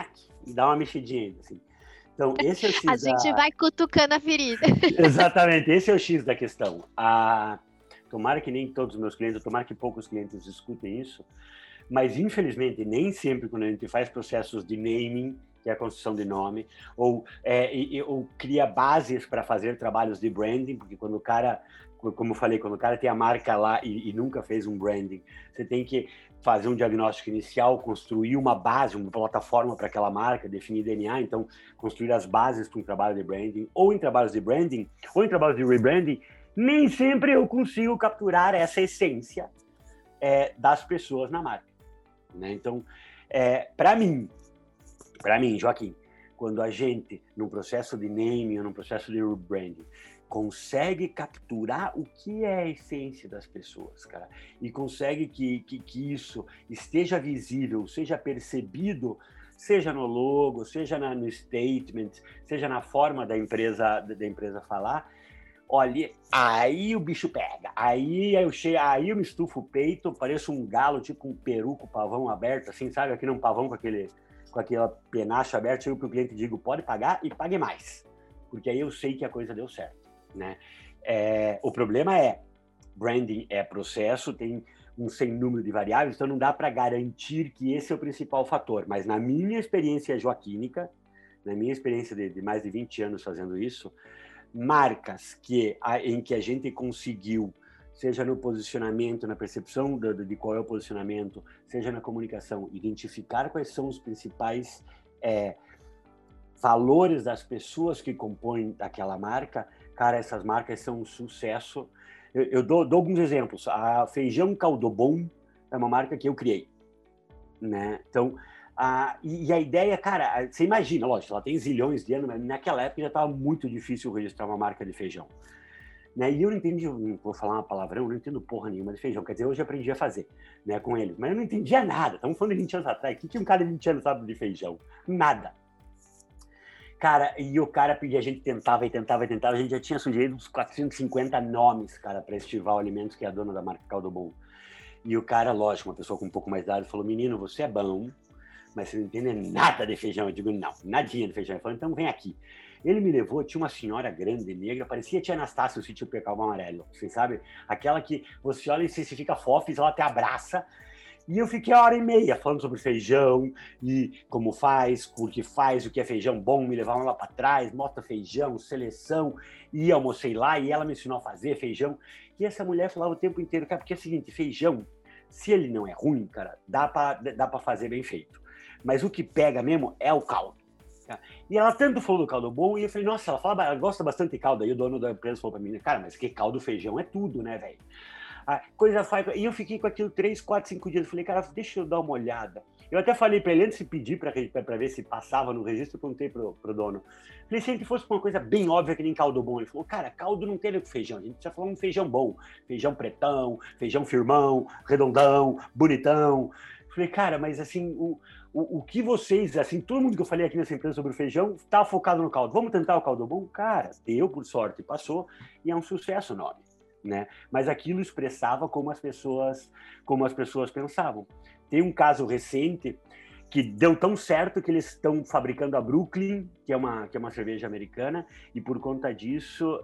e dá uma mexidinha, assim. Então, esse é o X A gente da... vai cutucando a ferida. Exatamente, esse é o X da questão. A... Tomara que nem todos os meus clientes, tomara que poucos clientes escutem isso, mas, infelizmente, nem sempre quando a gente faz processos de naming, que é a construção de nome, ou, é, e, ou cria bases para fazer trabalhos de branding, porque quando o cara, como eu falei, quando o cara tem a marca lá e, e nunca fez um branding, você tem que fazer um diagnóstico inicial, construir uma base, uma plataforma para aquela marca, definir D N A, então construir as bases para um trabalho de branding, ou em trabalhos de branding, ou em trabalhos de rebranding, nem sempre eu consigo capturar essa essência é, das pessoas na marca. Né? Então, é, para mim, para mim, Joaquim, quando a gente, num processo de naming, num processo de rebranding, consegue capturar o que é a essência das pessoas, cara, e consegue que, que, que isso esteja visível, seja percebido, seja no logo, seja na, no statement, seja na forma da empresa, da empresa falar, olha, aí o bicho pega, aí eu, che... aí eu me estufo o peito, pareço um galo, tipo um peru com o pavão aberto, assim, sabe? Aqui num pavão com, aquele, com aquela penacha aberta, chego pro cliente e digo, pode pagar e pague mais, porque aí eu sei que a coisa deu certo, né? É, o problema é, branding é processo, tem um sem número de variáveis, então não dá para garantir que esse é o principal fator, mas na minha experiência joaquínica, na minha experiência de, de mais de vinte anos fazendo isso, marcas que, em que a gente conseguiu, seja no posicionamento, na percepção de, de qual é o posicionamento, seja na comunicação, identificar quais são os principais é, valores das pessoas que compõem aquela marca, cara, essas marcas são um sucesso. Eu, eu dou, dou alguns exemplos. A Feijão Caldo Bom é uma marca que eu criei, né? Então, Ah, e, e a ideia, cara, você imagina, lógico, ela tem zilhões de anos, mas naquela época já estava muito difícil registrar uma marca de feijão. Né? E eu não entendi, não vou falar uma palavrão, eu não entendo porra nenhuma de feijão, quer dizer, hoje eu aprendi a fazer, né, com eles, mas eu não entendia nada, estamos falando de vinte anos atrás, o que, que um cara de vinte anos sabe de feijão? Nada. Cara, e o cara pedia, a gente tentava e tentava e tentava, a gente já tinha sugerido uns quatrocentos e cinquenta nomes, cara, para Estival Alimentos, que é a dona da marca Caldo Bom. E o cara, lógico, uma pessoa com um pouco mais de idade, falou, menino, você é bom, mas você não entende nada de feijão. Eu digo, não, nadinha de feijão. Ele falou, então vem aqui. Ele me levou, tinha uma senhora grande, negra, parecia a tia Anastácia, o sítio Pecalvo Amarelo, você sabe? Aquela que você olha e você fica fofo, ela te abraça. E eu fiquei a hora e meia falando sobre feijão e como faz, por que faz, o que é feijão bom, me levavam lá para trás, mostra feijão, seleção, e almocei lá e ela me ensinou a fazer feijão. E essa mulher falava o tempo inteiro, cara, porque é o seguinte, feijão, se ele não é ruim, cara, dá para dá para fazer bem feito. Mas o que pega mesmo é o caldo. E ela tanto falou do caldo bom, e eu falei, nossa, ela, fala, ela gosta bastante de caldo. Aí o dono da empresa falou para mim, cara, mas que caldo, feijão é tudo, né, velho? A coisa faz... E eu fiquei com aquilo três, quatro, cinco dias. Eu falei, cara, deixa eu dar uma olhada. Eu até falei para ele, antes de pedir para ver se passava no registro, eu perguntei pro, pro dono. Falei, se a gente fosse uma coisa bem óbvia que nem caldo bom. Ele falou, cara, caldo não tem a ver com feijão. A gente precisa falar um feijão bom. Feijão pretão, feijão firmão, redondão, bonitão. Falei, cara, mas assim, o, o, o que vocês, assim, todo mundo que eu falei aqui nessa empresa sobre o feijão, tá focado no caldo. Vamos tentar o caldo bom? Cara, deu, por sorte, passou, e é um sucesso o nome. Né? Mas aquilo expressava como as pessoas como as pessoas pensavam. Tem um caso recente que deu tão certo que eles estão fabricando a Brooklyn, que é uma que é uma cerveja americana, e por conta disso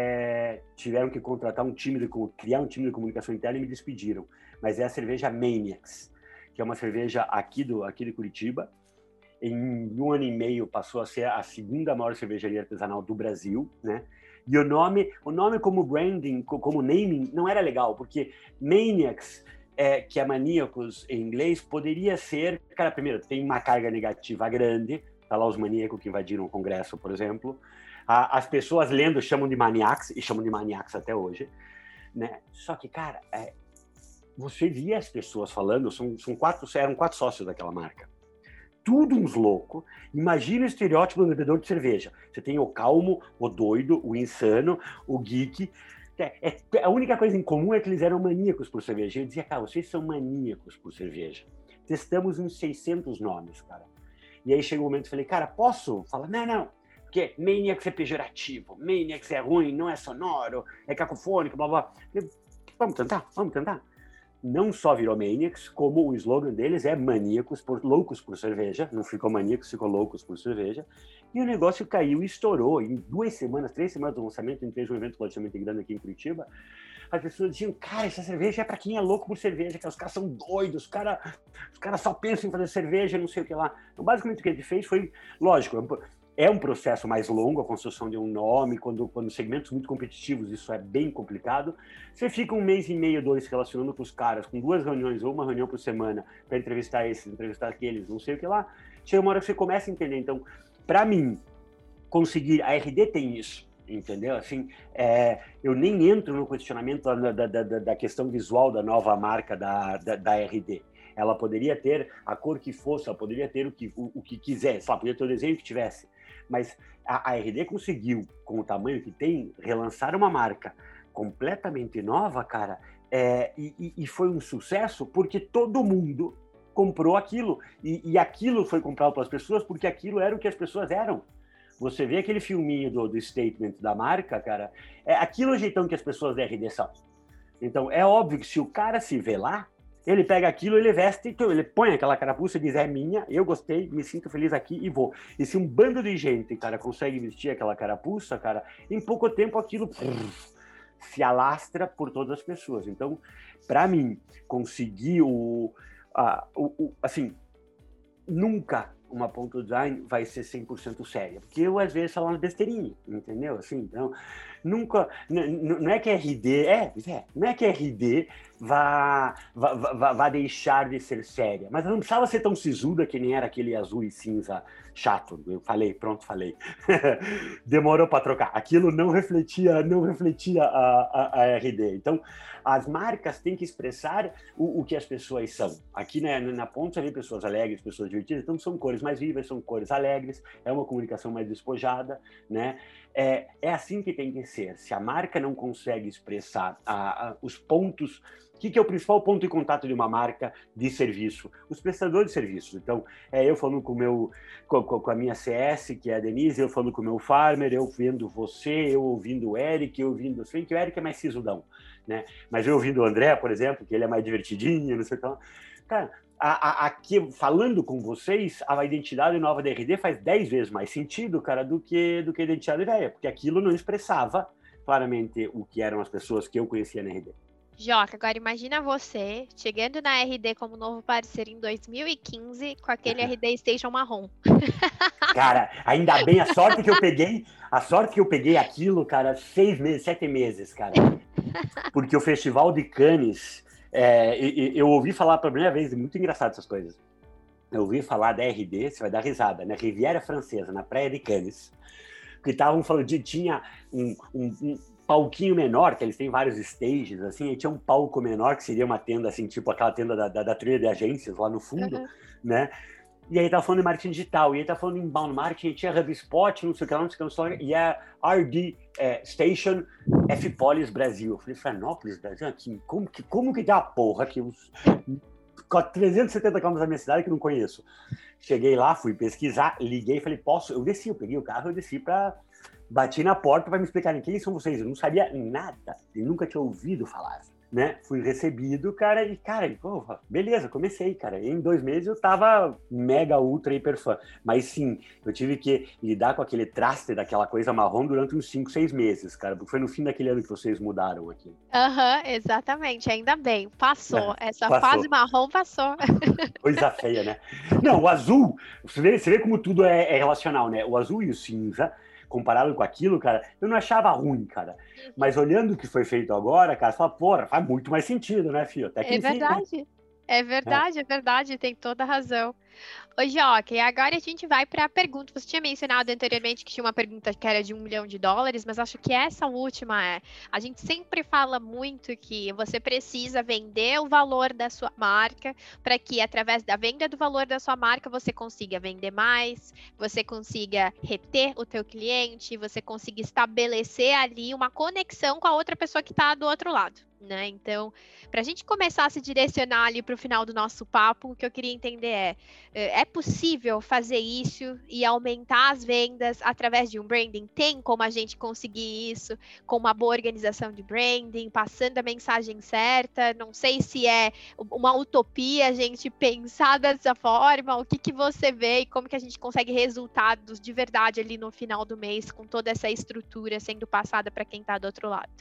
é, tiveram que contratar um time de criar um time de comunicação interna e me despediram. Mas é a cerveja Maniacs, que é uma cerveja aqui do aqui de Curitiba. Em um ano e meio passou a ser a segunda maior cervejaria artesanal do Brasil, né? E o nome, o nome como branding, como naming, não era legal, porque Maniacs, é, que é maníacos em inglês, poderia ser... Cara, primeiro, tem uma carga negativa grande, tá lá os maníacos que invadiram o Congresso, por exemplo. As pessoas lendo chamam de maniacs, e chamam de maniacs até hoje, né? Só que, cara, é, você via as pessoas falando, são, são quatro, eram quatro sócios daquela marca. Tudo uns loucos. Imagina o estereótipo do bebedor de cerveja. Você tem o calmo, o doido, o insano, o geek. É, é, a única coisa em comum é que eles eram maníacos por cerveja. Eu dizia, cara, vocês são maníacos por cerveja. Testamos uns seiscentos nomes, cara. E aí chegou o momento que eu falei, cara, posso? Fala, não, não. Porque Maniacs é pejorativo, Maniacs é ruim, não é sonoro, é cacofônico, blá, blá. Eu, vamos tentar, vamos tentar. Não só virou Maniacs, como o slogan deles é maníacos, por, loucos por cerveja. Não ficou maníacos, ficou loucos por cerveja. E o negócio caiu e estourou. Em duas semanas, três semanas do lançamento, a gente fez um evento relativamente grande aqui em Curitiba. As pessoas diziam, cara, essa cerveja é para quem é louco por cerveja, que os caras são doidos, os caras os cara só pensam em fazer cerveja, não sei o que lá. Então, basicamente, o que a gente fez foi, lógico, é um processo mais longo, a construção de um nome, quando, quando segmentos muito competitivos, isso é bem complicado. Você fica um mês e meio, dois, relacionando com os caras, com duas reuniões ou uma reunião por semana, para entrevistar esses, entrevistar aqueles, não sei o que lá. Chega uma hora que você começa a entender. Então, para mim, conseguir... A R D tem isso, entendeu? Assim, é, eu nem entro no questionamento da, da, da, da questão visual da nova marca da, da, da R D. Ela poderia ter a cor que fosse, ela poderia ter o que, o, o que quisesse, ela poderia ter o desenho que tivesse. Mas a, a R D conseguiu, com o tamanho que tem, relançar uma marca completamente nova, cara, é, e, e foi um sucesso porque todo mundo comprou aquilo. E, e aquilo foi comprado pelas pessoas porque aquilo era o que as pessoas eram. Você vê aquele filminho do, do statement da marca, cara, é aquilo o jeitão que as pessoas da R D são. Então, é óbvio que se o cara se vê lá, ele pega aquilo, ele veste, ele põe aquela carapuça e diz, é minha, eu gostei, me sinto feliz aqui e vou. E se um bando de gente, cara, consegue vestir aquela carapuça, cara, em pouco tempo aquilo pff, se alastra por todas as pessoas. Então, para mim, conseguir o, a, o, o... Assim, nunca uma ponto design vai ser cem por cento séria, porque eu às vezes falo uma besteirinha, entendeu? Assim, então, nunca, não é que R D, é, é não é que R D vá, vá, vá, vá deixar de ser séria, mas não precisava ser tão sisuda que nem era aquele azul e cinza chato. Eu falei, pronto, falei. Demorou para trocar. Aquilo não refletia, não refletia a, a, a R D. Então, as marcas têm que expressar o, o que as pessoas são. Aqui, né, na ponta você vê pessoas alegres, pessoas divertidas, então são cores mais vivas, são cores alegres, é uma comunicação mais despojada, né? É, é assim que tem que ser. Se a marca não consegue expressar a, a, os pontos... O que, que é o principal ponto de contato de uma marca de serviço? Os prestadores de serviços. Então, é eu falando com, meu, com, com a minha C S, que é a Denise, eu falando com o meu farmer, eu vendo você, eu ouvindo o Eric, eu ouvindo... Se bem que o Eric é mais sisudão, né? Mas eu ouvindo o André, por exemplo, que ele é mais divertidinho, não sei o que lá. Cara, a, a, aqui, falando com vocês, a identidade nova da R D faz dez vezes mais sentido, cara, do que, do que a identidade velha, porque aquilo não expressava claramente o que eram as pessoas que eu conhecia na R D. Joca, agora imagina você chegando na R D como novo parceiro em dois mil e quinze com aquele R D Station marrom. Cara, ainda bem a sorte que eu peguei, a sorte que eu peguei aquilo, cara, seis meses, sete meses, cara. Porque o Festival de Cannes, é, eu, eu ouvi falar pela primeira vez, muito engraçado essas coisas. Eu ouvi falar da R D, você vai dar risada, na Riviera Francesa, na Praia de Cannes, que estavam falando de, tinha um, um, um palquinho menor, que eles têm vários stages, assim, e tinha um palco menor, que seria uma tenda, assim, tipo aquela tenda da, da, da trilha de agências lá no fundo, uhum. né? E aí tava falando de marketing digital, e aí tava falando em inbound marketing, tinha HubSpot, não sei o que lá, não sei o que lá, e a R D é, Station F-Polis Brasil. Eu falei, Florianópolis, Brasil? Aqui, como que, como que dá a porra aqui? Uns trezentos e setenta quilômetros da minha cidade que eu não conheço. Cheguei lá, fui pesquisar, liguei, falei, posso? Eu desci, eu peguei o carro, eu desci pra... Bati na porta para me explicarem quem são vocês. Eu não sabia nada, eu nunca tinha ouvido falar, né? Fui recebido, cara, e, cara, pô, beleza, comecei, cara. Em dois meses eu tava mega, ultra, hiper fã. Mas sim, eu tive que lidar com aquele traste daquela coisa marrom durante uns cinco, seis meses, cara, porque foi no fim daquele ano que vocês mudaram aqui. Aham, uhum, exatamente, ainda bem, passou. É, Essa passou. Fase marrom passou. Coisa feia, né? Não, o azul, você vê, você vê como tudo é, é relacional, né? O azul e o cinza, comparado com aquilo, cara, eu não achava ruim, cara. Mas olhando o que foi feito agora, cara, você fala, porra, faz muito mais sentido, né, filho? Até que é enfim, verdade, né? é verdade, é. é verdade, tem toda a razão. Ô, Joca, e agora a gente vai para a pergunta. Você tinha mencionado anteriormente que tinha uma pergunta que era de um milhão de dólares, mas acho que essa última é. A gente sempre fala muito que você precisa vender o valor da sua marca para que, através da venda do valor da sua marca, você consiga vender mais, você consiga reter o teu cliente, você consiga estabelecer ali uma conexão com a outra pessoa que está do outro lado. Né? Então, para a gente começar a se direcionar ali para o final do nosso papo, o que eu queria entender é, é possível fazer isso e aumentar as vendas através de um branding? Tem como a gente conseguir isso com uma boa organização de branding, passando a mensagem certa? Não sei se é uma utopia a gente pensar dessa forma, o que, que você vê e como que a gente consegue resultados de verdade ali no final do mês com toda essa estrutura sendo passada para quem está do outro lado?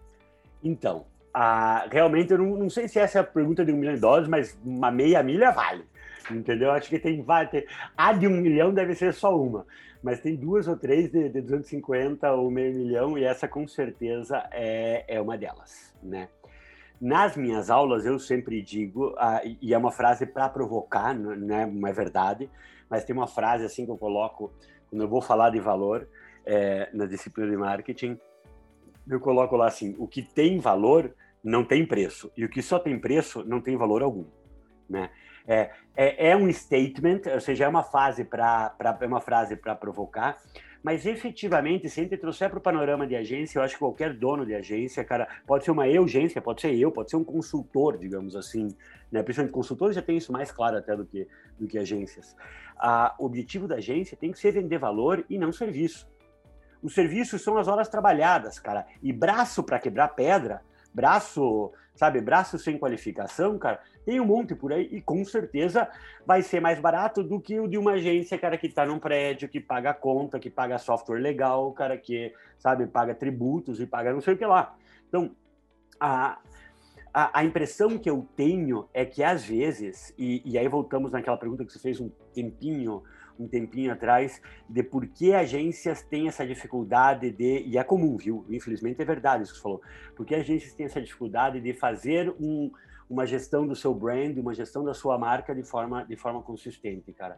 Então, Ah, realmente, eu não, não sei se essa é a pergunta de um milhão de dólares, mas uma meia milha vale, entendeu? Acho que tem, vai ter, a de um milhão deve ser só uma, mas tem duas ou três de, de duzentos e cinquenta ou meio milhão, e essa com certeza é, é uma delas, né? Nas minhas aulas, eu sempre digo, ah, e é uma frase para provocar, né? Não é verdade, mas tem uma frase assim que eu coloco, quando eu vou falar de valor é, na disciplina de marketing, eu coloco lá assim, o que tem valor não tem preço, e o que só tem preço não tem valor algum, né? É, é, é um statement, ou seja, é uma frase para é uma frase para provocar, mas efetivamente, se a gente trouxer para o panorama de agência, eu acho que qualquer dono de agência, cara, pode ser uma agência, pode ser eu, pode ser um consultor, digamos assim, né? Principalmente consultores já tem isso mais claro até do que, do que agências. Ah, o objetivo da agência tem que ser vender valor e não serviço. Os serviços são as horas trabalhadas, cara. E braço para quebrar pedra, braço, sabe, braço sem qualificação, cara, tem um monte por aí e com certeza vai ser mais barato do que o de uma agência, cara, que tá num prédio, que paga conta, que paga software legal, cara, que, sabe, paga tributos e paga não sei o que lá. Então, a, a, a impressão que eu tenho é que às vezes, e, e aí voltamos naquela pergunta que você fez um tempinho, um tempinho atrás, de por que agências têm essa dificuldade de, e é comum, viu? Infelizmente é verdade isso que você falou, porque agências têm essa dificuldade de fazer um, uma gestão do seu brand, uma gestão da sua marca de forma, de forma consistente, cara.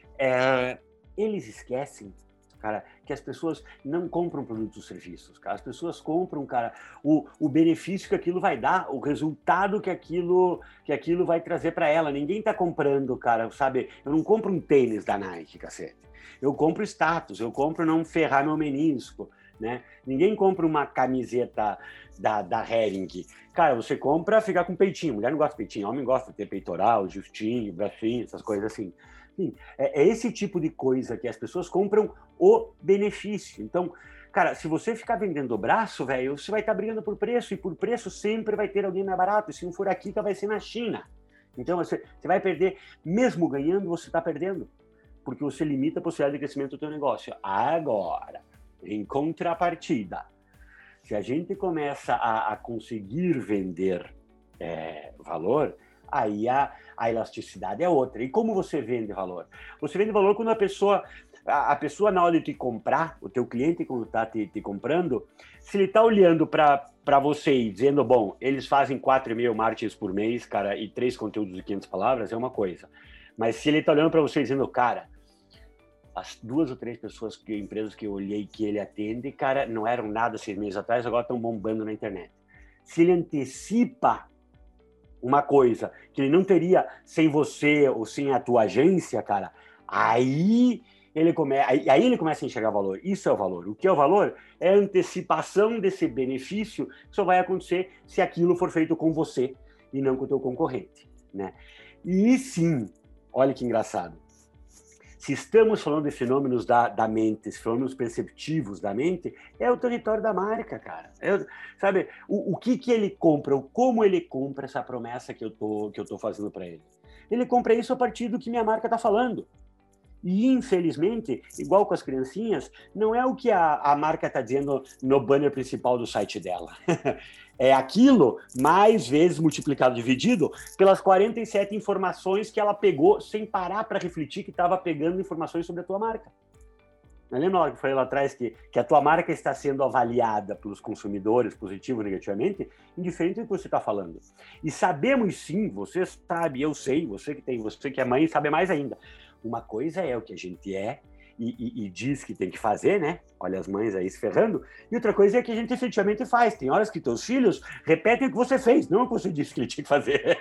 É, eles esquecem, cara, que as pessoas não compram produtos ou serviços, cara. As pessoas compram, cara, o, o benefício que aquilo vai dar, o resultado que aquilo, que aquilo vai trazer para ela. Ninguém tá comprando, cara, sabe? Eu não compro um tênis da Nike, cacete. Eu compro status, eu compro não ferrar meu menisco, né? Ninguém compra uma camiseta da, da Hering. Cara, você compra ficar com peitinho. Mulher não gosta de peitinho, homem gosta de ter peitoral, justinho, bracinho, essas coisas assim. Enfim, é, é esse tipo de coisa que as pessoas compram o benefício. Então, cara, se você ficar vendendo o braço, velho, você vai estar brigando por preço, e por preço sempre vai ter alguém mais barato, e se não for aqui, vai ser na China. Então, você, você vai perder, mesmo ganhando, você está perdendo, porque você limita a possibilidade de crescimento do teu negócio. Agora, em contrapartida, Se a gente começa a, a conseguir vender é, valor, aí a, a elasticidade é outra. E como você vende valor? Você vende valor quando a pessoa, a, a pessoa na hora de te comprar, o teu cliente quando está te, te comprando, se ele está olhando para você e dizendo, bom, eles fazem quatro e-mail marketings por mês, cara, e três conteúdos de quinhentas palavras, é uma coisa. Mas se ele está olhando para você dizendo, cara, as duas ou três pessoas, que empresas que eu olhei que ele atende, cara, não eram nada seis meses atrás, agora estão bombando na internet. Se ele antecipa uma coisa que ele não teria sem você ou sem a tua agência, cara, aí ele, come... aí, aí ele começa a enxergar valor. Isso é o valor. O que é o valor? É a antecipação desse benefício que só vai acontecer se aquilo for feito com você e não com o teu concorrente, né? E sim, olha que engraçado. Se estamos falando de fenômenos da, da mente, fenômenos perceptivos da mente, é o território da marca, cara. É, sabe, o, o que que ele compra, o como ele compra essa promessa que eu tô, que eu tô fazendo para ele. Ele compra isso a partir do que minha marca está falando. E, infelizmente, igual com as criancinhas, não é o que a, a marca está dizendo no banner principal do site dela. É aquilo, mais vezes multiplicado, dividido, pelas quarenta e sete informações que ela pegou sem parar para refletir que estava pegando informações sobre a tua marca. Não lembra lá que eu falei lá atrás que, que a tua marca está sendo avaliada pelos consumidores, positivo ou negativamente, indiferente do que você está falando. E sabemos sim, você sabe, eu sei, você que tem, você que é mãe sabe mais ainda. Uma coisa é o que a gente é e, e, e diz que tem que fazer, né? Olha as mães aí se ferrando. E outra coisa é que a gente efetivamente faz. Tem horas que teus filhos repetem o que você fez, não o que você disse que ele tinha que fazer.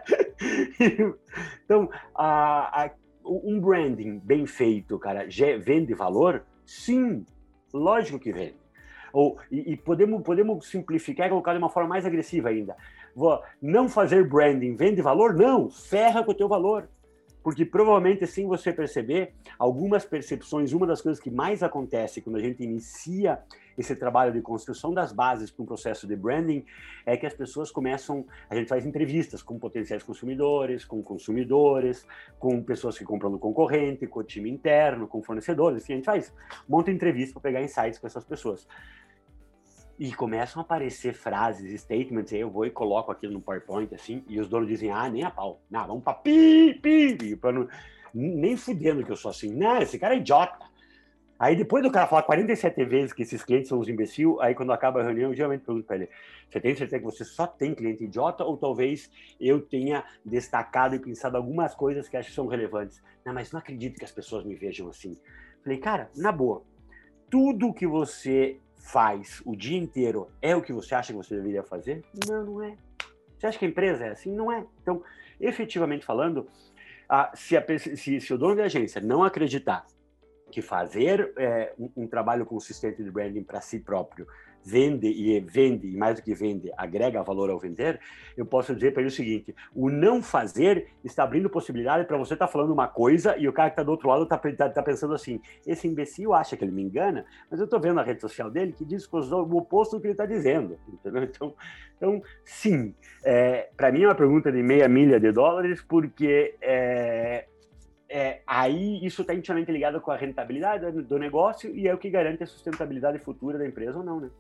Então, a, a, um branding bem feito, cara, vende valor? Sim, lógico que vende. Ou, e, e podemos, podemos simplificar e colocar de uma forma mais agressiva ainda. Vou, não fazer branding vende valor? Não, ferra com o teu valor. Porque provavelmente, sem você perceber, algumas percepções, uma das coisas que mais acontece quando a gente inicia esse trabalho de construção das bases para um processo de branding, é que as pessoas começam, a gente faz entrevistas com potenciais consumidores, com consumidores, com pessoas que compram no concorrente, com o time interno, com fornecedores, enfim, a gente faz um monte de entrevistas para pegar insights com essas pessoas. E começam a aparecer frases, statements, aí eu vou e coloco aquilo no PowerPoint, assim, e os donos dizem, ah, nem a pau, não, vamos pra pi, pi, pi, pra não, nem fudendo que eu sou assim, não, esse cara é idiota. Aí depois do cara falar quarenta e sete vezes que esses clientes são uns imbecil, aí quando acaba a reunião, eu geralmente pergunto pra ele, você tem certeza que você só tem cliente idiota ou talvez eu tenha destacado e pensado algumas coisas que acho que são relevantes? Não, mas não acredito que as pessoas me vejam assim. Falei, cara, na boa, tudo que você faz o dia inteiro é o que você acha que você deveria fazer? Não, não é. Você acha que a empresa é assim? Não é. Então, efetivamente falando, a, se, a, se, se o dono da agência não acreditar que fazer é, um, um trabalho consistente de branding para si próprio vende e vende, e mais do que vende, agrega valor ao vender, eu posso dizer para ele o seguinte, o não fazer está abrindo possibilidade para você estar tá falando uma coisa e o cara que está do outro lado está tá, tá pensando assim, esse imbecil acha que ele me engana, mas eu estou vendo na rede social dele que diz o oposto do que ele está dizendo, entendeu? Então, então sim, é, para mim é uma pergunta de meia milha de dólares, porque é, é, aí isso está intimamente ligado com a rentabilidade do negócio e é o que garante a sustentabilidade futura da empresa ou não, né?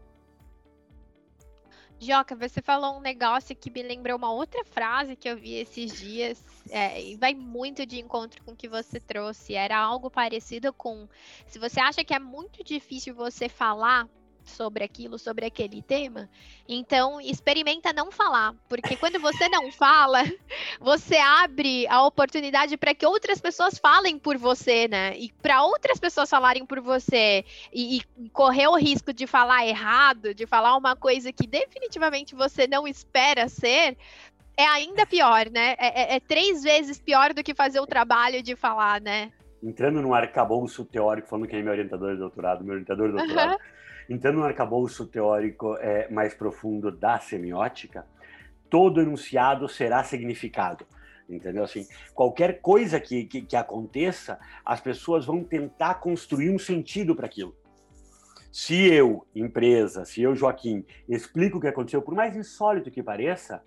Joca, você falou um negócio que me lembrou uma outra frase que eu vi esses dias, é, e vai muito de encontro com o que você trouxe. Era algo parecido com, se você acha que é muito difícil você falar sobre aquilo, sobre aquele tema, então experimenta não falar, porque quando você não fala, você abre a oportunidade para que outras pessoas falem por você, né? E para outras pessoas falarem por você e, e correr o risco de falar errado, de falar uma coisa que definitivamente você não espera ser, é ainda pior, né? É, é, é três vezes pior do que fazer o trabalho de falar, né? Entrando num arcabouço teórico, falando que é meu orientador de doutorado, meu orientador de doutorado, uhum. Entrando num arcabouço teórico é, mais profundo da semiótica, todo enunciado será significado, entendeu? Assim, qualquer coisa que, que, que aconteça, as pessoas vão tentar construir um sentido para aquilo. Se eu, empresa, se eu, Joaquim, explico o que aconteceu, por mais insólito que pareça,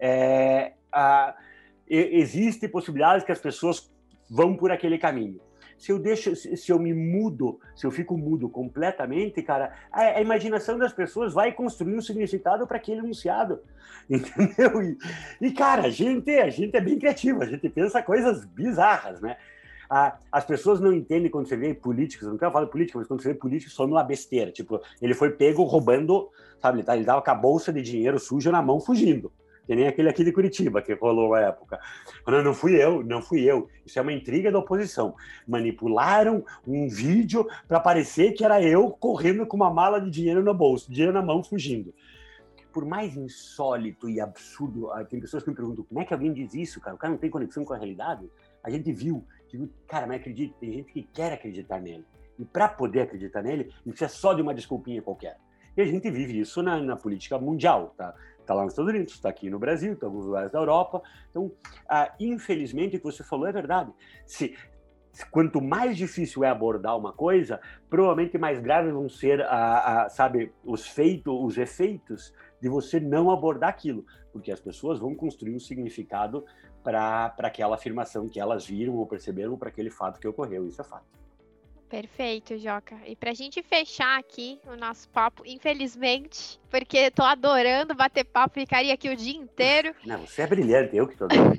é, a, existe possibilidade que as pessoas vão por aquele caminho. Se eu deixo, se eu me mudo, se eu fico mudo completamente, cara, a, a imaginação das pessoas vai construir um significado para aquele enunciado, entendeu? E, e, cara, a gente, a gente é bem criativo, a gente pensa coisas bizarras, né? Ah, as pessoas não entendem quando você vê políticos, não quero falar de política, mas quando você vê políticos só numa besteira, tipo, ele foi pego roubando, sabe, ele, tá, ele tava com a bolsa de dinheiro suja na mão fugindo. Que nem aquele aqui de Curitiba, que rolou na época. Não, não fui eu, não fui eu. Isso é uma intriga da oposição. Manipularam um vídeo para parecer que era eu correndo com uma mala de dinheiro na bolsa, dinheiro na mão, fugindo. Por mais insólito e absurdo, tem pessoas que me perguntam como é que alguém diz isso, cara? O cara não tem conexão com a realidade? A gente viu, viu cara, mas acredita, tem gente que quer acreditar nele. E para poder acreditar nele, não precisa só de uma desculpinha qualquer. E a gente vive isso na, na política mundial, tá? Está lá nos Estados Unidos, está aqui no Brasil, está em alguns lugares da Europa. Então, ah, infelizmente, o que você falou é verdade. Se, se, quanto mais difícil é abordar uma coisa, provavelmente mais graves vão ser, ah, ah, sabe, os feitos, os efeitos de você não abordar aquilo, porque as pessoas vão construir um significado para aquela afirmação que elas viram ou perceberam para aquele fato que ocorreu. Isso é fato. Perfeito, Joca. E pra gente fechar aqui o nosso papo, infelizmente, porque tô adorando bater papo, ficaria aqui o dia inteiro. Não, você é brilhante, eu que tô adorando.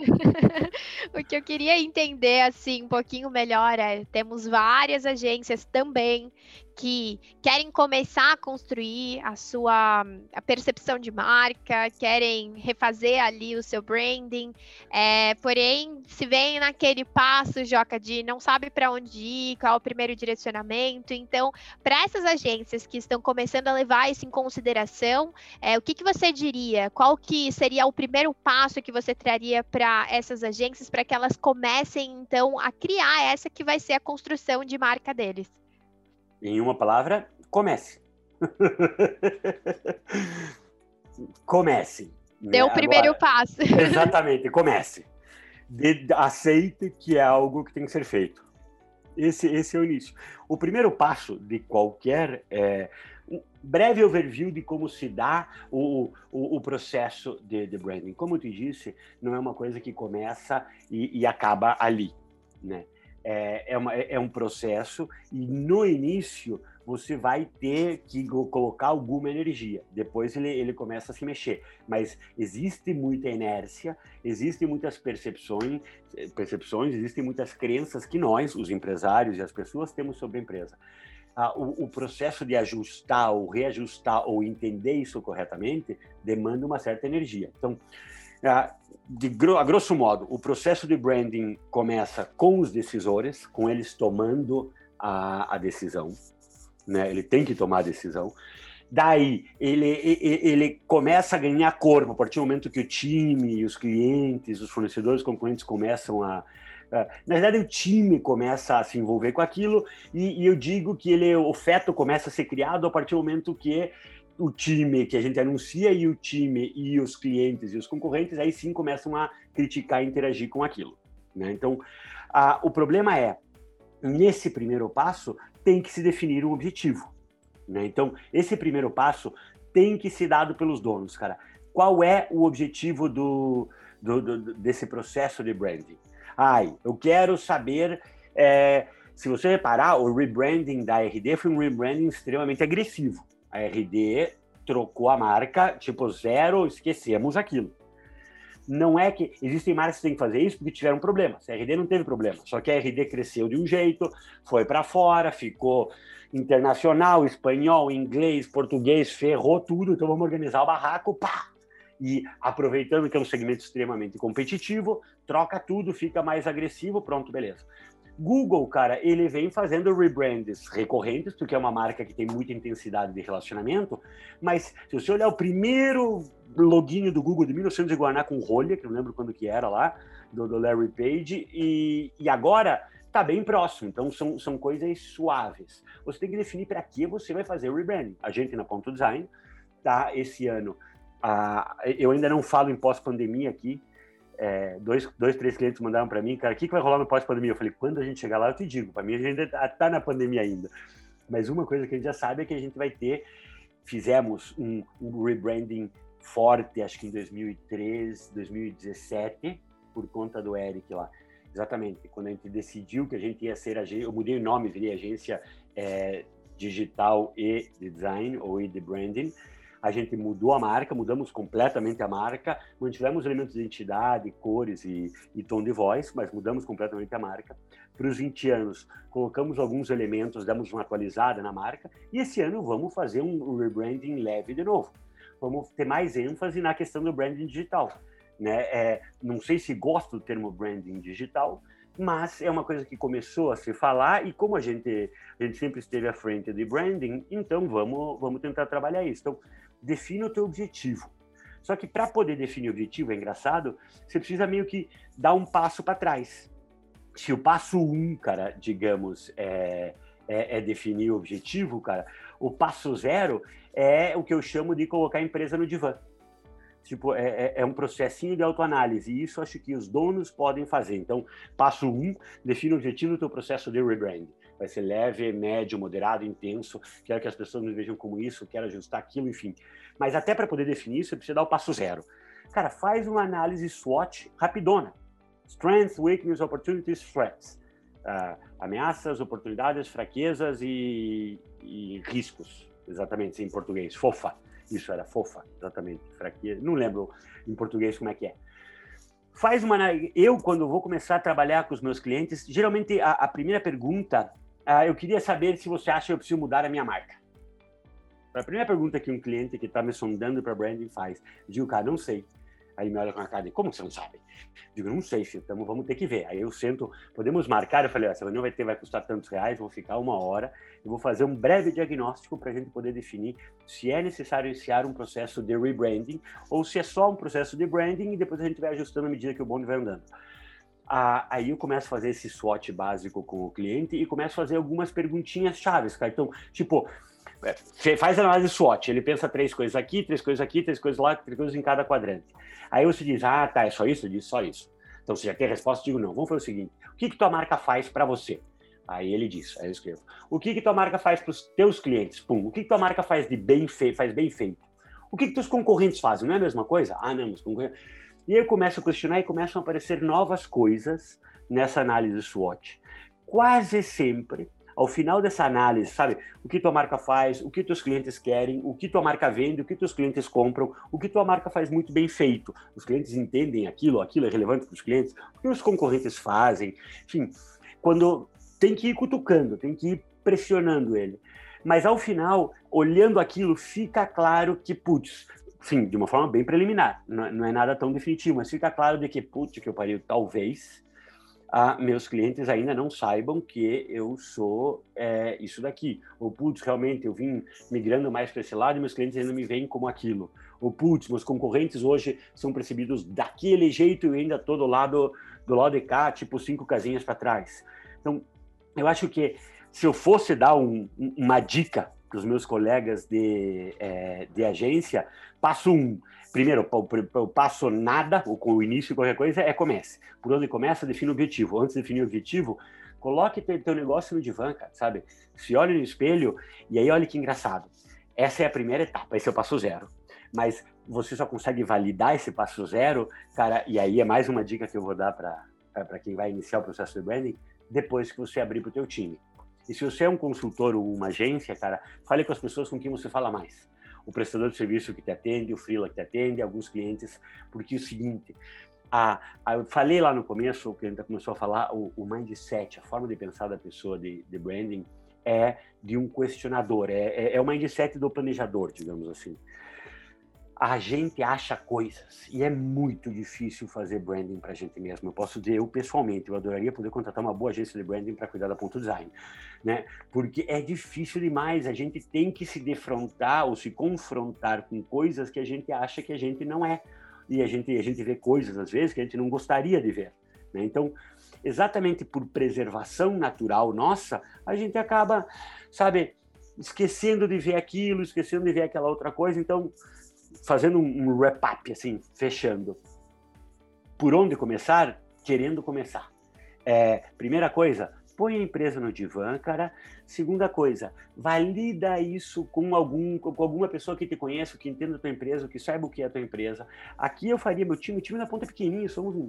O que eu queria entender, assim, um pouquinho melhor é, temos várias agências também que querem começar a construir a sua a percepção de marca, querem refazer ali o seu branding, é, porém, se vem naquele passo, Joca, de não sabe para onde ir, qual é o primeiro direcionamento. Então, para essas agências que estão começando a levar isso em consideração, é, o que, que você diria? Qual que seria o primeiro passo que você traria para essas agências para que elas comecem, então, a criar essa que vai ser a construção de marca deles? Em uma palavra, comece. Comece. Deu né? o primeiro Agora, passo. Exatamente, comece. De, aceite que é algo que tem que ser feito. Esse, esse é o início. O primeiro passo de qualquer... É, um breve overview de como se dá o, o, o processo de, de branding. Como eu te disse, não é uma coisa que começa e, e acaba ali, né? É, é, uma, é um processo e no início você vai ter que colocar alguma energia. Depois ele, ele começa a se mexer. Mas existe muita inércia, existem muitas percepções, percepções, existem muitas crenças que nós, os empresários e as pessoas, temos sobre a empresa. Ah, o, o processo de ajustar ou reajustar ou entender isso corretamente demanda uma certa energia. Então, ah, de, a grosso modo, o processo de branding começa com os decisores, com eles tomando a, a decisão, né? Ele tem que tomar a decisão. Daí, ele, ele, ele começa a ganhar corpo a partir do momento que o time, os clientes, os fornecedores, os concorrentes começam a... a na verdade, o time começa a se envolver com aquilo e, e eu digo que ele, o feto começa a ser criado a partir do momento que o time que a gente anuncia e o time e os clientes e os concorrentes aí sim começam a criticar e interagir com aquilo, né? Então, a, o problema é, nesse primeiro passo, tem que se definir um objetivo, né? Então, esse primeiro passo tem que ser dado pelos donos, cara. Qual é o objetivo do, do, do, desse processo de branding? Ai, eu quero saber... É, se você reparar, o rebranding da R D foi um rebranding extremamente agressivo. A R D trocou a marca, tipo, zero, esquecemos aquilo. Não é que... Existem marcas que têm que fazer isso porque tiveram problemas. A R D não teve problema. Só que a R D cresceu de um jeito, foi para fora, ficou internacional, espanhol, inglês, português, ferrou tudo. Então vamos organizar o barraco, pá! E aproveitando que é um segmento extremamente competitivo, troca tudo, fica mais agressivo, pronto, beleza. Google, cara, ele vem fazendo rebrands recorrentes, porque é uma marca que tem muita intensidade de relacionamento, mas se você olhar o primeiro login do Google de mil e novecentos e Guaraná com rolha, que eu não lembro quando que era lá, do, do Larry Page, e, e agora tá bem próximo, então são, são coisas suaves. Você tem que definir para que você vai fazer o rebranding. A gente na Ponto Design, tá, esse ano, ah, eu ainda não falo em pós-pandemia aqui, É, dois, dois, três clientes mandaram para mim, cara, o que, que vai rolar no pós-pandemia? Eu falei, quando a gente chegar lá, eu te digo. Para mim, a gente está na pandemia ainda. Mas uma coisa que a gente já sabe é que a gente vai ter... Fizemos um, um rebranding forte, acho que em dois mil e treze, dois mil e dezessete, por conta do Eric lá. Exatamente. Quando a gente decidiu que a gente ia ser agência, eu mudei o nome, virei agência é, digital e de design, ou e de branding. A gente mudou a marca, mudamos completamente a marca, mantivemos elementos de identidade, cores e, e tom de voz, mas mudamos completamente a marca. Para os vinte anos, colocamos alguns elementos, demos uma atualizada na marca, e esse ano vamos fazer um rebranding leve de novo. Vamos ter mais ênfase na questão do branding digital. Né? É, não sei se gosto do termo branding digital, mas é uma coisa que começou a se falar, e como a gente, a gente sempre esteve à frente de branding, então vamos, vamos tentar trabalhar isso. Então, define o teu objetivo. Só que para poder definir o objetivo, é engraçado, você precisa meio que dar um passo para trás. Se o passo um, cara, digamos, é, é, é definir o objetivo, cara, o passo zero é o que eu chamo de colocar a empresa no divã. Tipo, é, é um processinho de autoanálise, e isso acho que os donos podem fazer. Então, passo um, define o objetivo do teu processo de rebrand. Vai ser leve, médio, moderado, intenso, quero que as pessoas me vejam como isso, quero ajustar aquilo, enfim. Mas até para poder definir isso, você precisa dar o passo zero. Cara, faz uma análise SWOT rapidona. Strengths, weaknesses, opportunities, threats. Uh, ameaças, oportunidades, fraquezas e, e riscos. Exatamente, em português. FOFA. Isso era fofa, exatamente, fraqueza. Não lembro em português como é que é. Faz uma... Eu, quando vou começar a trabalhar com os meus clientes, geralmente a, a primeira pergunta, uh, eu queria saber se você acha que eu preciso mudar a minha marca. A primeira pergunta que um cliente que está me sondando para branding faz, eu digo, cara, não sei. Aí me olha com a cara de, como você não sabe? Eu digo, não sei, filho, então vamos ter que ver. Aí eu sento, podemos marcar? Eu falei, essa reunião vai ter, vai custar tantos reais, vou ficar uma hora, eu vou fazer um breve diagnóstico para a gente poder definir se é necessário iniciar um processo de rebranding ou se é só um processo de branding e depois a gente vai ajustando à medida que o bonde vai andando. Ah, aí eu começo a fazer esse SWOT básico com o cliente e começo a fazer algumas perguntinhas chaves, cara. Então, tipo, você faz a análise SWOT, ele pensa três coisas aqui, três coisas aqui, três coisas lá, três coisas em cada quadrante. Aí você diz, ah, tá, é só isso? Eu digo, só isso. Então, você já tem a resposta? Eu digo, não. Vamos fazer o seguinte, o que que tua marca faz para você? Aí ele diz, aí eu escrevo. O que que tua marca faz para os teus clientes? Pum. O que que tua marca faz de bem feito, faz bem feito? O que que teus concorrentes fazem? Não é a mesma coisa? Ah, não, os concorrentes... E aí eu começo a questionar e começam a aparecer novas coisas nessa análise SWOT. Quase sempre, ao final dessa análise, sabe? O que tua marca faz, o que teus clientes querem, o que tua marca vende, o que teus clientes compram, o que tua marca faz muito bem feito. Os clientes entendem aquilo, aquilo é relevante para os clientes, o que os concorrentes fazem. Enfim, quando tem que ir cutucando, tem que ir pressionando ele. Mas ao final, olhando aquilo, fica claro que, putz, sim, de uma forma bem preliminar, não é nada tão definitivo, mas fica claro de que, putz, que eu pariu, talvez ah, meus clientes ainda não saibam que eu sou é, isso daqui. Ou, putz, realmente eu vim migrando mais para esse lado e meus clientes ainda me veem como aquilo. Ou, putz, meus concorrentes hoje são percebidos daquele jeito e eu ainda estou do lado, do lado de cá, tipo cinco casinhas para trás. Então, eu acho que se eu fosse dar um, uma dica para os meus colegas de, é, de agência, passo um. Primeiro, o passo nada, ou com o início de qualquer coisa, é comece. Por onde começa, define o objetivo. Antes de definir o objetivo, coloque teu, teu negócio no divã, cara, sabe? Se olhe no espelho e aí olha que engraçado. Essa é a primeira etapa, esse é o passo zero. Mas você só consegue validar esse passo zero, cara, e aí é mais uma dica que eu vou dar para quem vai iniciar o processo de branding, depois que você abrir para o teu time. E se você é um consultor ou uma agência, cara, fale com as pessoas com quem você fala mais. O prestador de serviço que te atende, o freela que te atende, alguns clientes, porque é o seguinte, a, a, eu falei lá no começo, que a gente começou a falar, o, o mindset, a forma de pensar da pessoa de, de branding é de um questionador, é, é, é o mindset do planejador, digamos assim. A gente acha coisas e é muito difícil fazer branding para a gente mesmo. Eu posso dizer, eu pessoalmente, eu adoraria poder contratar uma boa agência de branding para cuidar da Ponto Design, né? Porque é difícil demais, a gente tem que se defrontar ou se confrontar com coisas que a gente acha que a gente não é. E a gente, a gente vê coisas, às vezes, que a gente não gostaria de ver, né? Então, exatamente por preservação natural nossa, a gente acaba, sabe, esquecendo de ver aquilo, esquecendo de ver aquela outra coisa. Então, fazendo um wrap-up, assim, fechando. Por onde começar? Querendo começar. É, primeira coisa, põe a empresa no divã, cara. Segunda coisa, valida isso com, algum, com alguma pessoa que te conheça, que entenda a tua empresa, que saiba o que é a tua empresa. Aqui eu faria meu time, o time da ponta é pequenininho, somos um,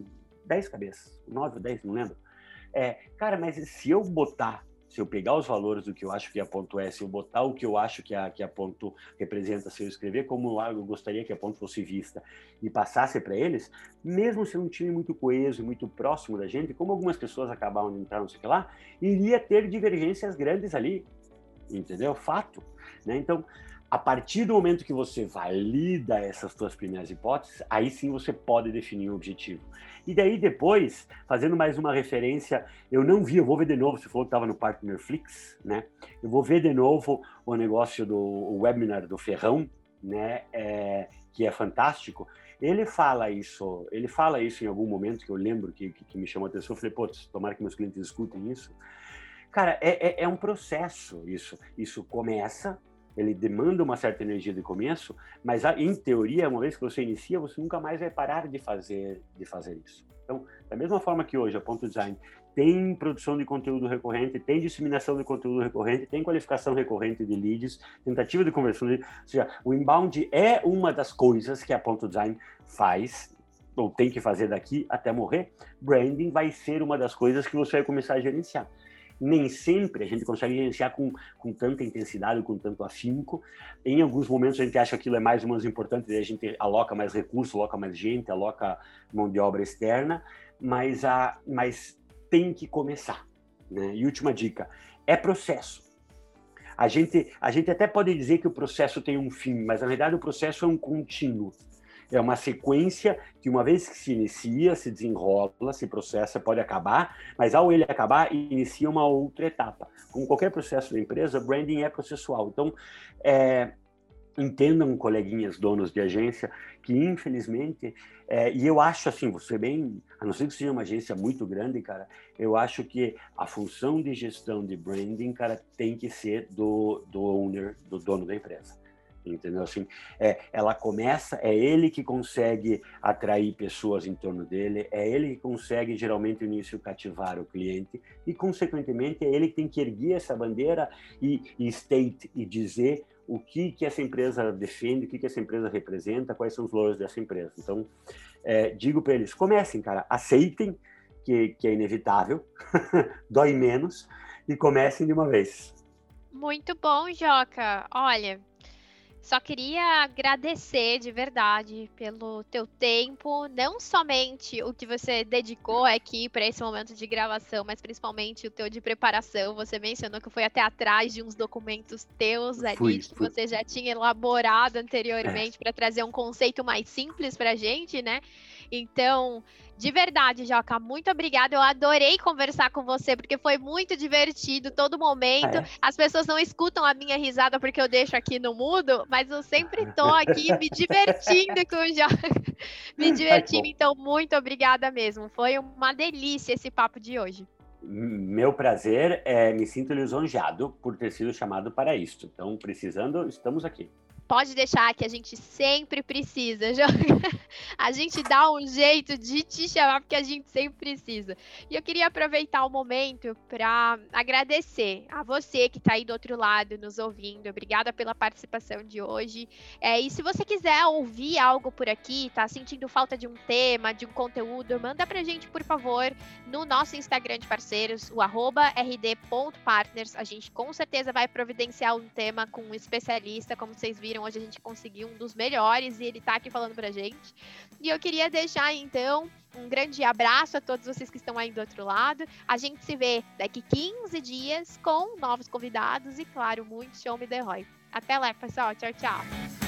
dez cabeças, nove ou dez, não lembro. É, cara, mas se eu botar, se eu pegar os valores do que eu acho que a ponto é, se eu botar o que eu acho que a, que a ponto representa, se eu escrever como eu gostaria que a ponto fosse vista e passasse para eles, mesmo sendo um time muito coeso e muito próximo da gente, como algumas pessoas acabaram de entrar, não sei o que lá, iria ter divergências grandes ali, entendeu? Fato, né? Então, a partir do momento que você valida essas suas primeiras hipóteses, aí sim você pode definir um objetivo. E daí depois, fazendo mais uma referência, eu não vi, eu vou ver de novo, você falou que estava no Partnerflix, né? Eu vou ver de novo o negócio do o webinar do Ferrão, né? É, que é fantástico. Ele fala isso, ele fala isso em algum momento que eu lembro que, que, que me chamou a atenção. Eu falei, pô, tomara que meus clientes escutem isso. Cara, é, é, é um processo isso. Isso começa, ele demanda uma certa energia de começo, mas em teoria, uma vez que você inicia, você nunca mais vai parar de fazer, de fazer isso. Então, da mesma forma que hoje a Ponto Design tem produção de conteúdo recorrente, tem disseminação de conteúdo recorrente, tem qualificação recorrente de leads, tentativa de conversão de leads, ou seja, o inbound é uma das coisas que a Ponto Design faz, ou tem que fazer daqui até morrer. Branding vai ser uma das coisas que você vai começar a gerenciar. Nem sempre a gente consegue gerenciar com, com tanta intensidade, com tanto afinco. Em alguns momentos a gente acha que aquilo é mais ou menos importante, e a gente aloca mais recursos, aloca mais gente, aloca mão de obra externa, mas, a, mas tem que começar, né? E última dica, é processo. A gente, a gente até pode dizer que o processo tem um fim, mas na verdade o processo é um contínuo. É uma sequência que, uma vez que se inicia, se desenrola, se processa, pode acabar, mas ao ele acabar, inicia uma outra etapa. Como qualquer processo da empresa, branding é processual. Então, é, entendam, coleguinhas, donos de agência, que infelizmente, é, e eu acho assim, você bem, a não ser que seja uma agência muito grande, cara, eu acho que a função de gestão de branding, cara, tem que ser do, do owner, do dono da empresa. Entendeu? Assim, é, ela começa, é ele que consegue atrair pessoas em torno dele, é ele que consegue, geralmente, no início, cativar o cliente e, consequentemente, é ele que tem que erguer essa bandeira e, e state, e dizer o que, que essa empresa defende, o que, que essa empresa representa, quais são os valores dessa empresa. Então, é, digo para eles, comecem, cara, aceitem que, que é inevitável, dói menos, e comecem de uma vez. Muito bom, Joca. Olha... Só queria agradecer de verdade pelo teu tempo, não somente o que você dedicou aqui para esse momento de gravação, mas principalmente o teu de preparação. Você mencionou que foi até atrás de uns documentos teus ali fui, que fui. você já tinha elaborado anteriormente é. para trazer um conceito mais simples para a gente, né? Então, de verdade, Joca, muito obrigada. Eu adorei conversar com você, porque foi muito divertido todo momento. Ah, é? As pessoas não escutam a minha risada porque eu deixo aqui no mudo, mas eu sempre tô aqui me divertindo com o Joca. Me divertindo, Ai, então muito obrigada mesmo. Foi uma delícia esse papo de hoje. Meu prazer, é, me sinto lisonjeado por ter sido chamado para isto. Então, precisando, estamos aqui. Pode deixar que a gente sempre precisa, Joca. A gente dá um jeito de te chamar porque a gente sempre precisa. E eu queria aproveitar o momento para agradecer a você que está aí do outro lado nos ouvindo. Obrigada pela participação de hoje. É, e se você quiser ouvir algo por aqui, está sentindo falta de um tema, de um conteúdo, manda pra gente, por favor, no nosso Instagram de parceiros, o arroba r d ponto partners. A gente com certeza vai providenciar um tema com um especialista, como vocês viram. Hoje a gente conseguiu um dos melhores e ele tá aqui falando pra gente. E eu queria deixar, então, um grande abraço a todos vocês que estão aí do outro lado. A gente se vê daqui quinze dias com novos convidados e, claro, muito Show Me The Roy. Até lá, pessoal. Tchau, tchau.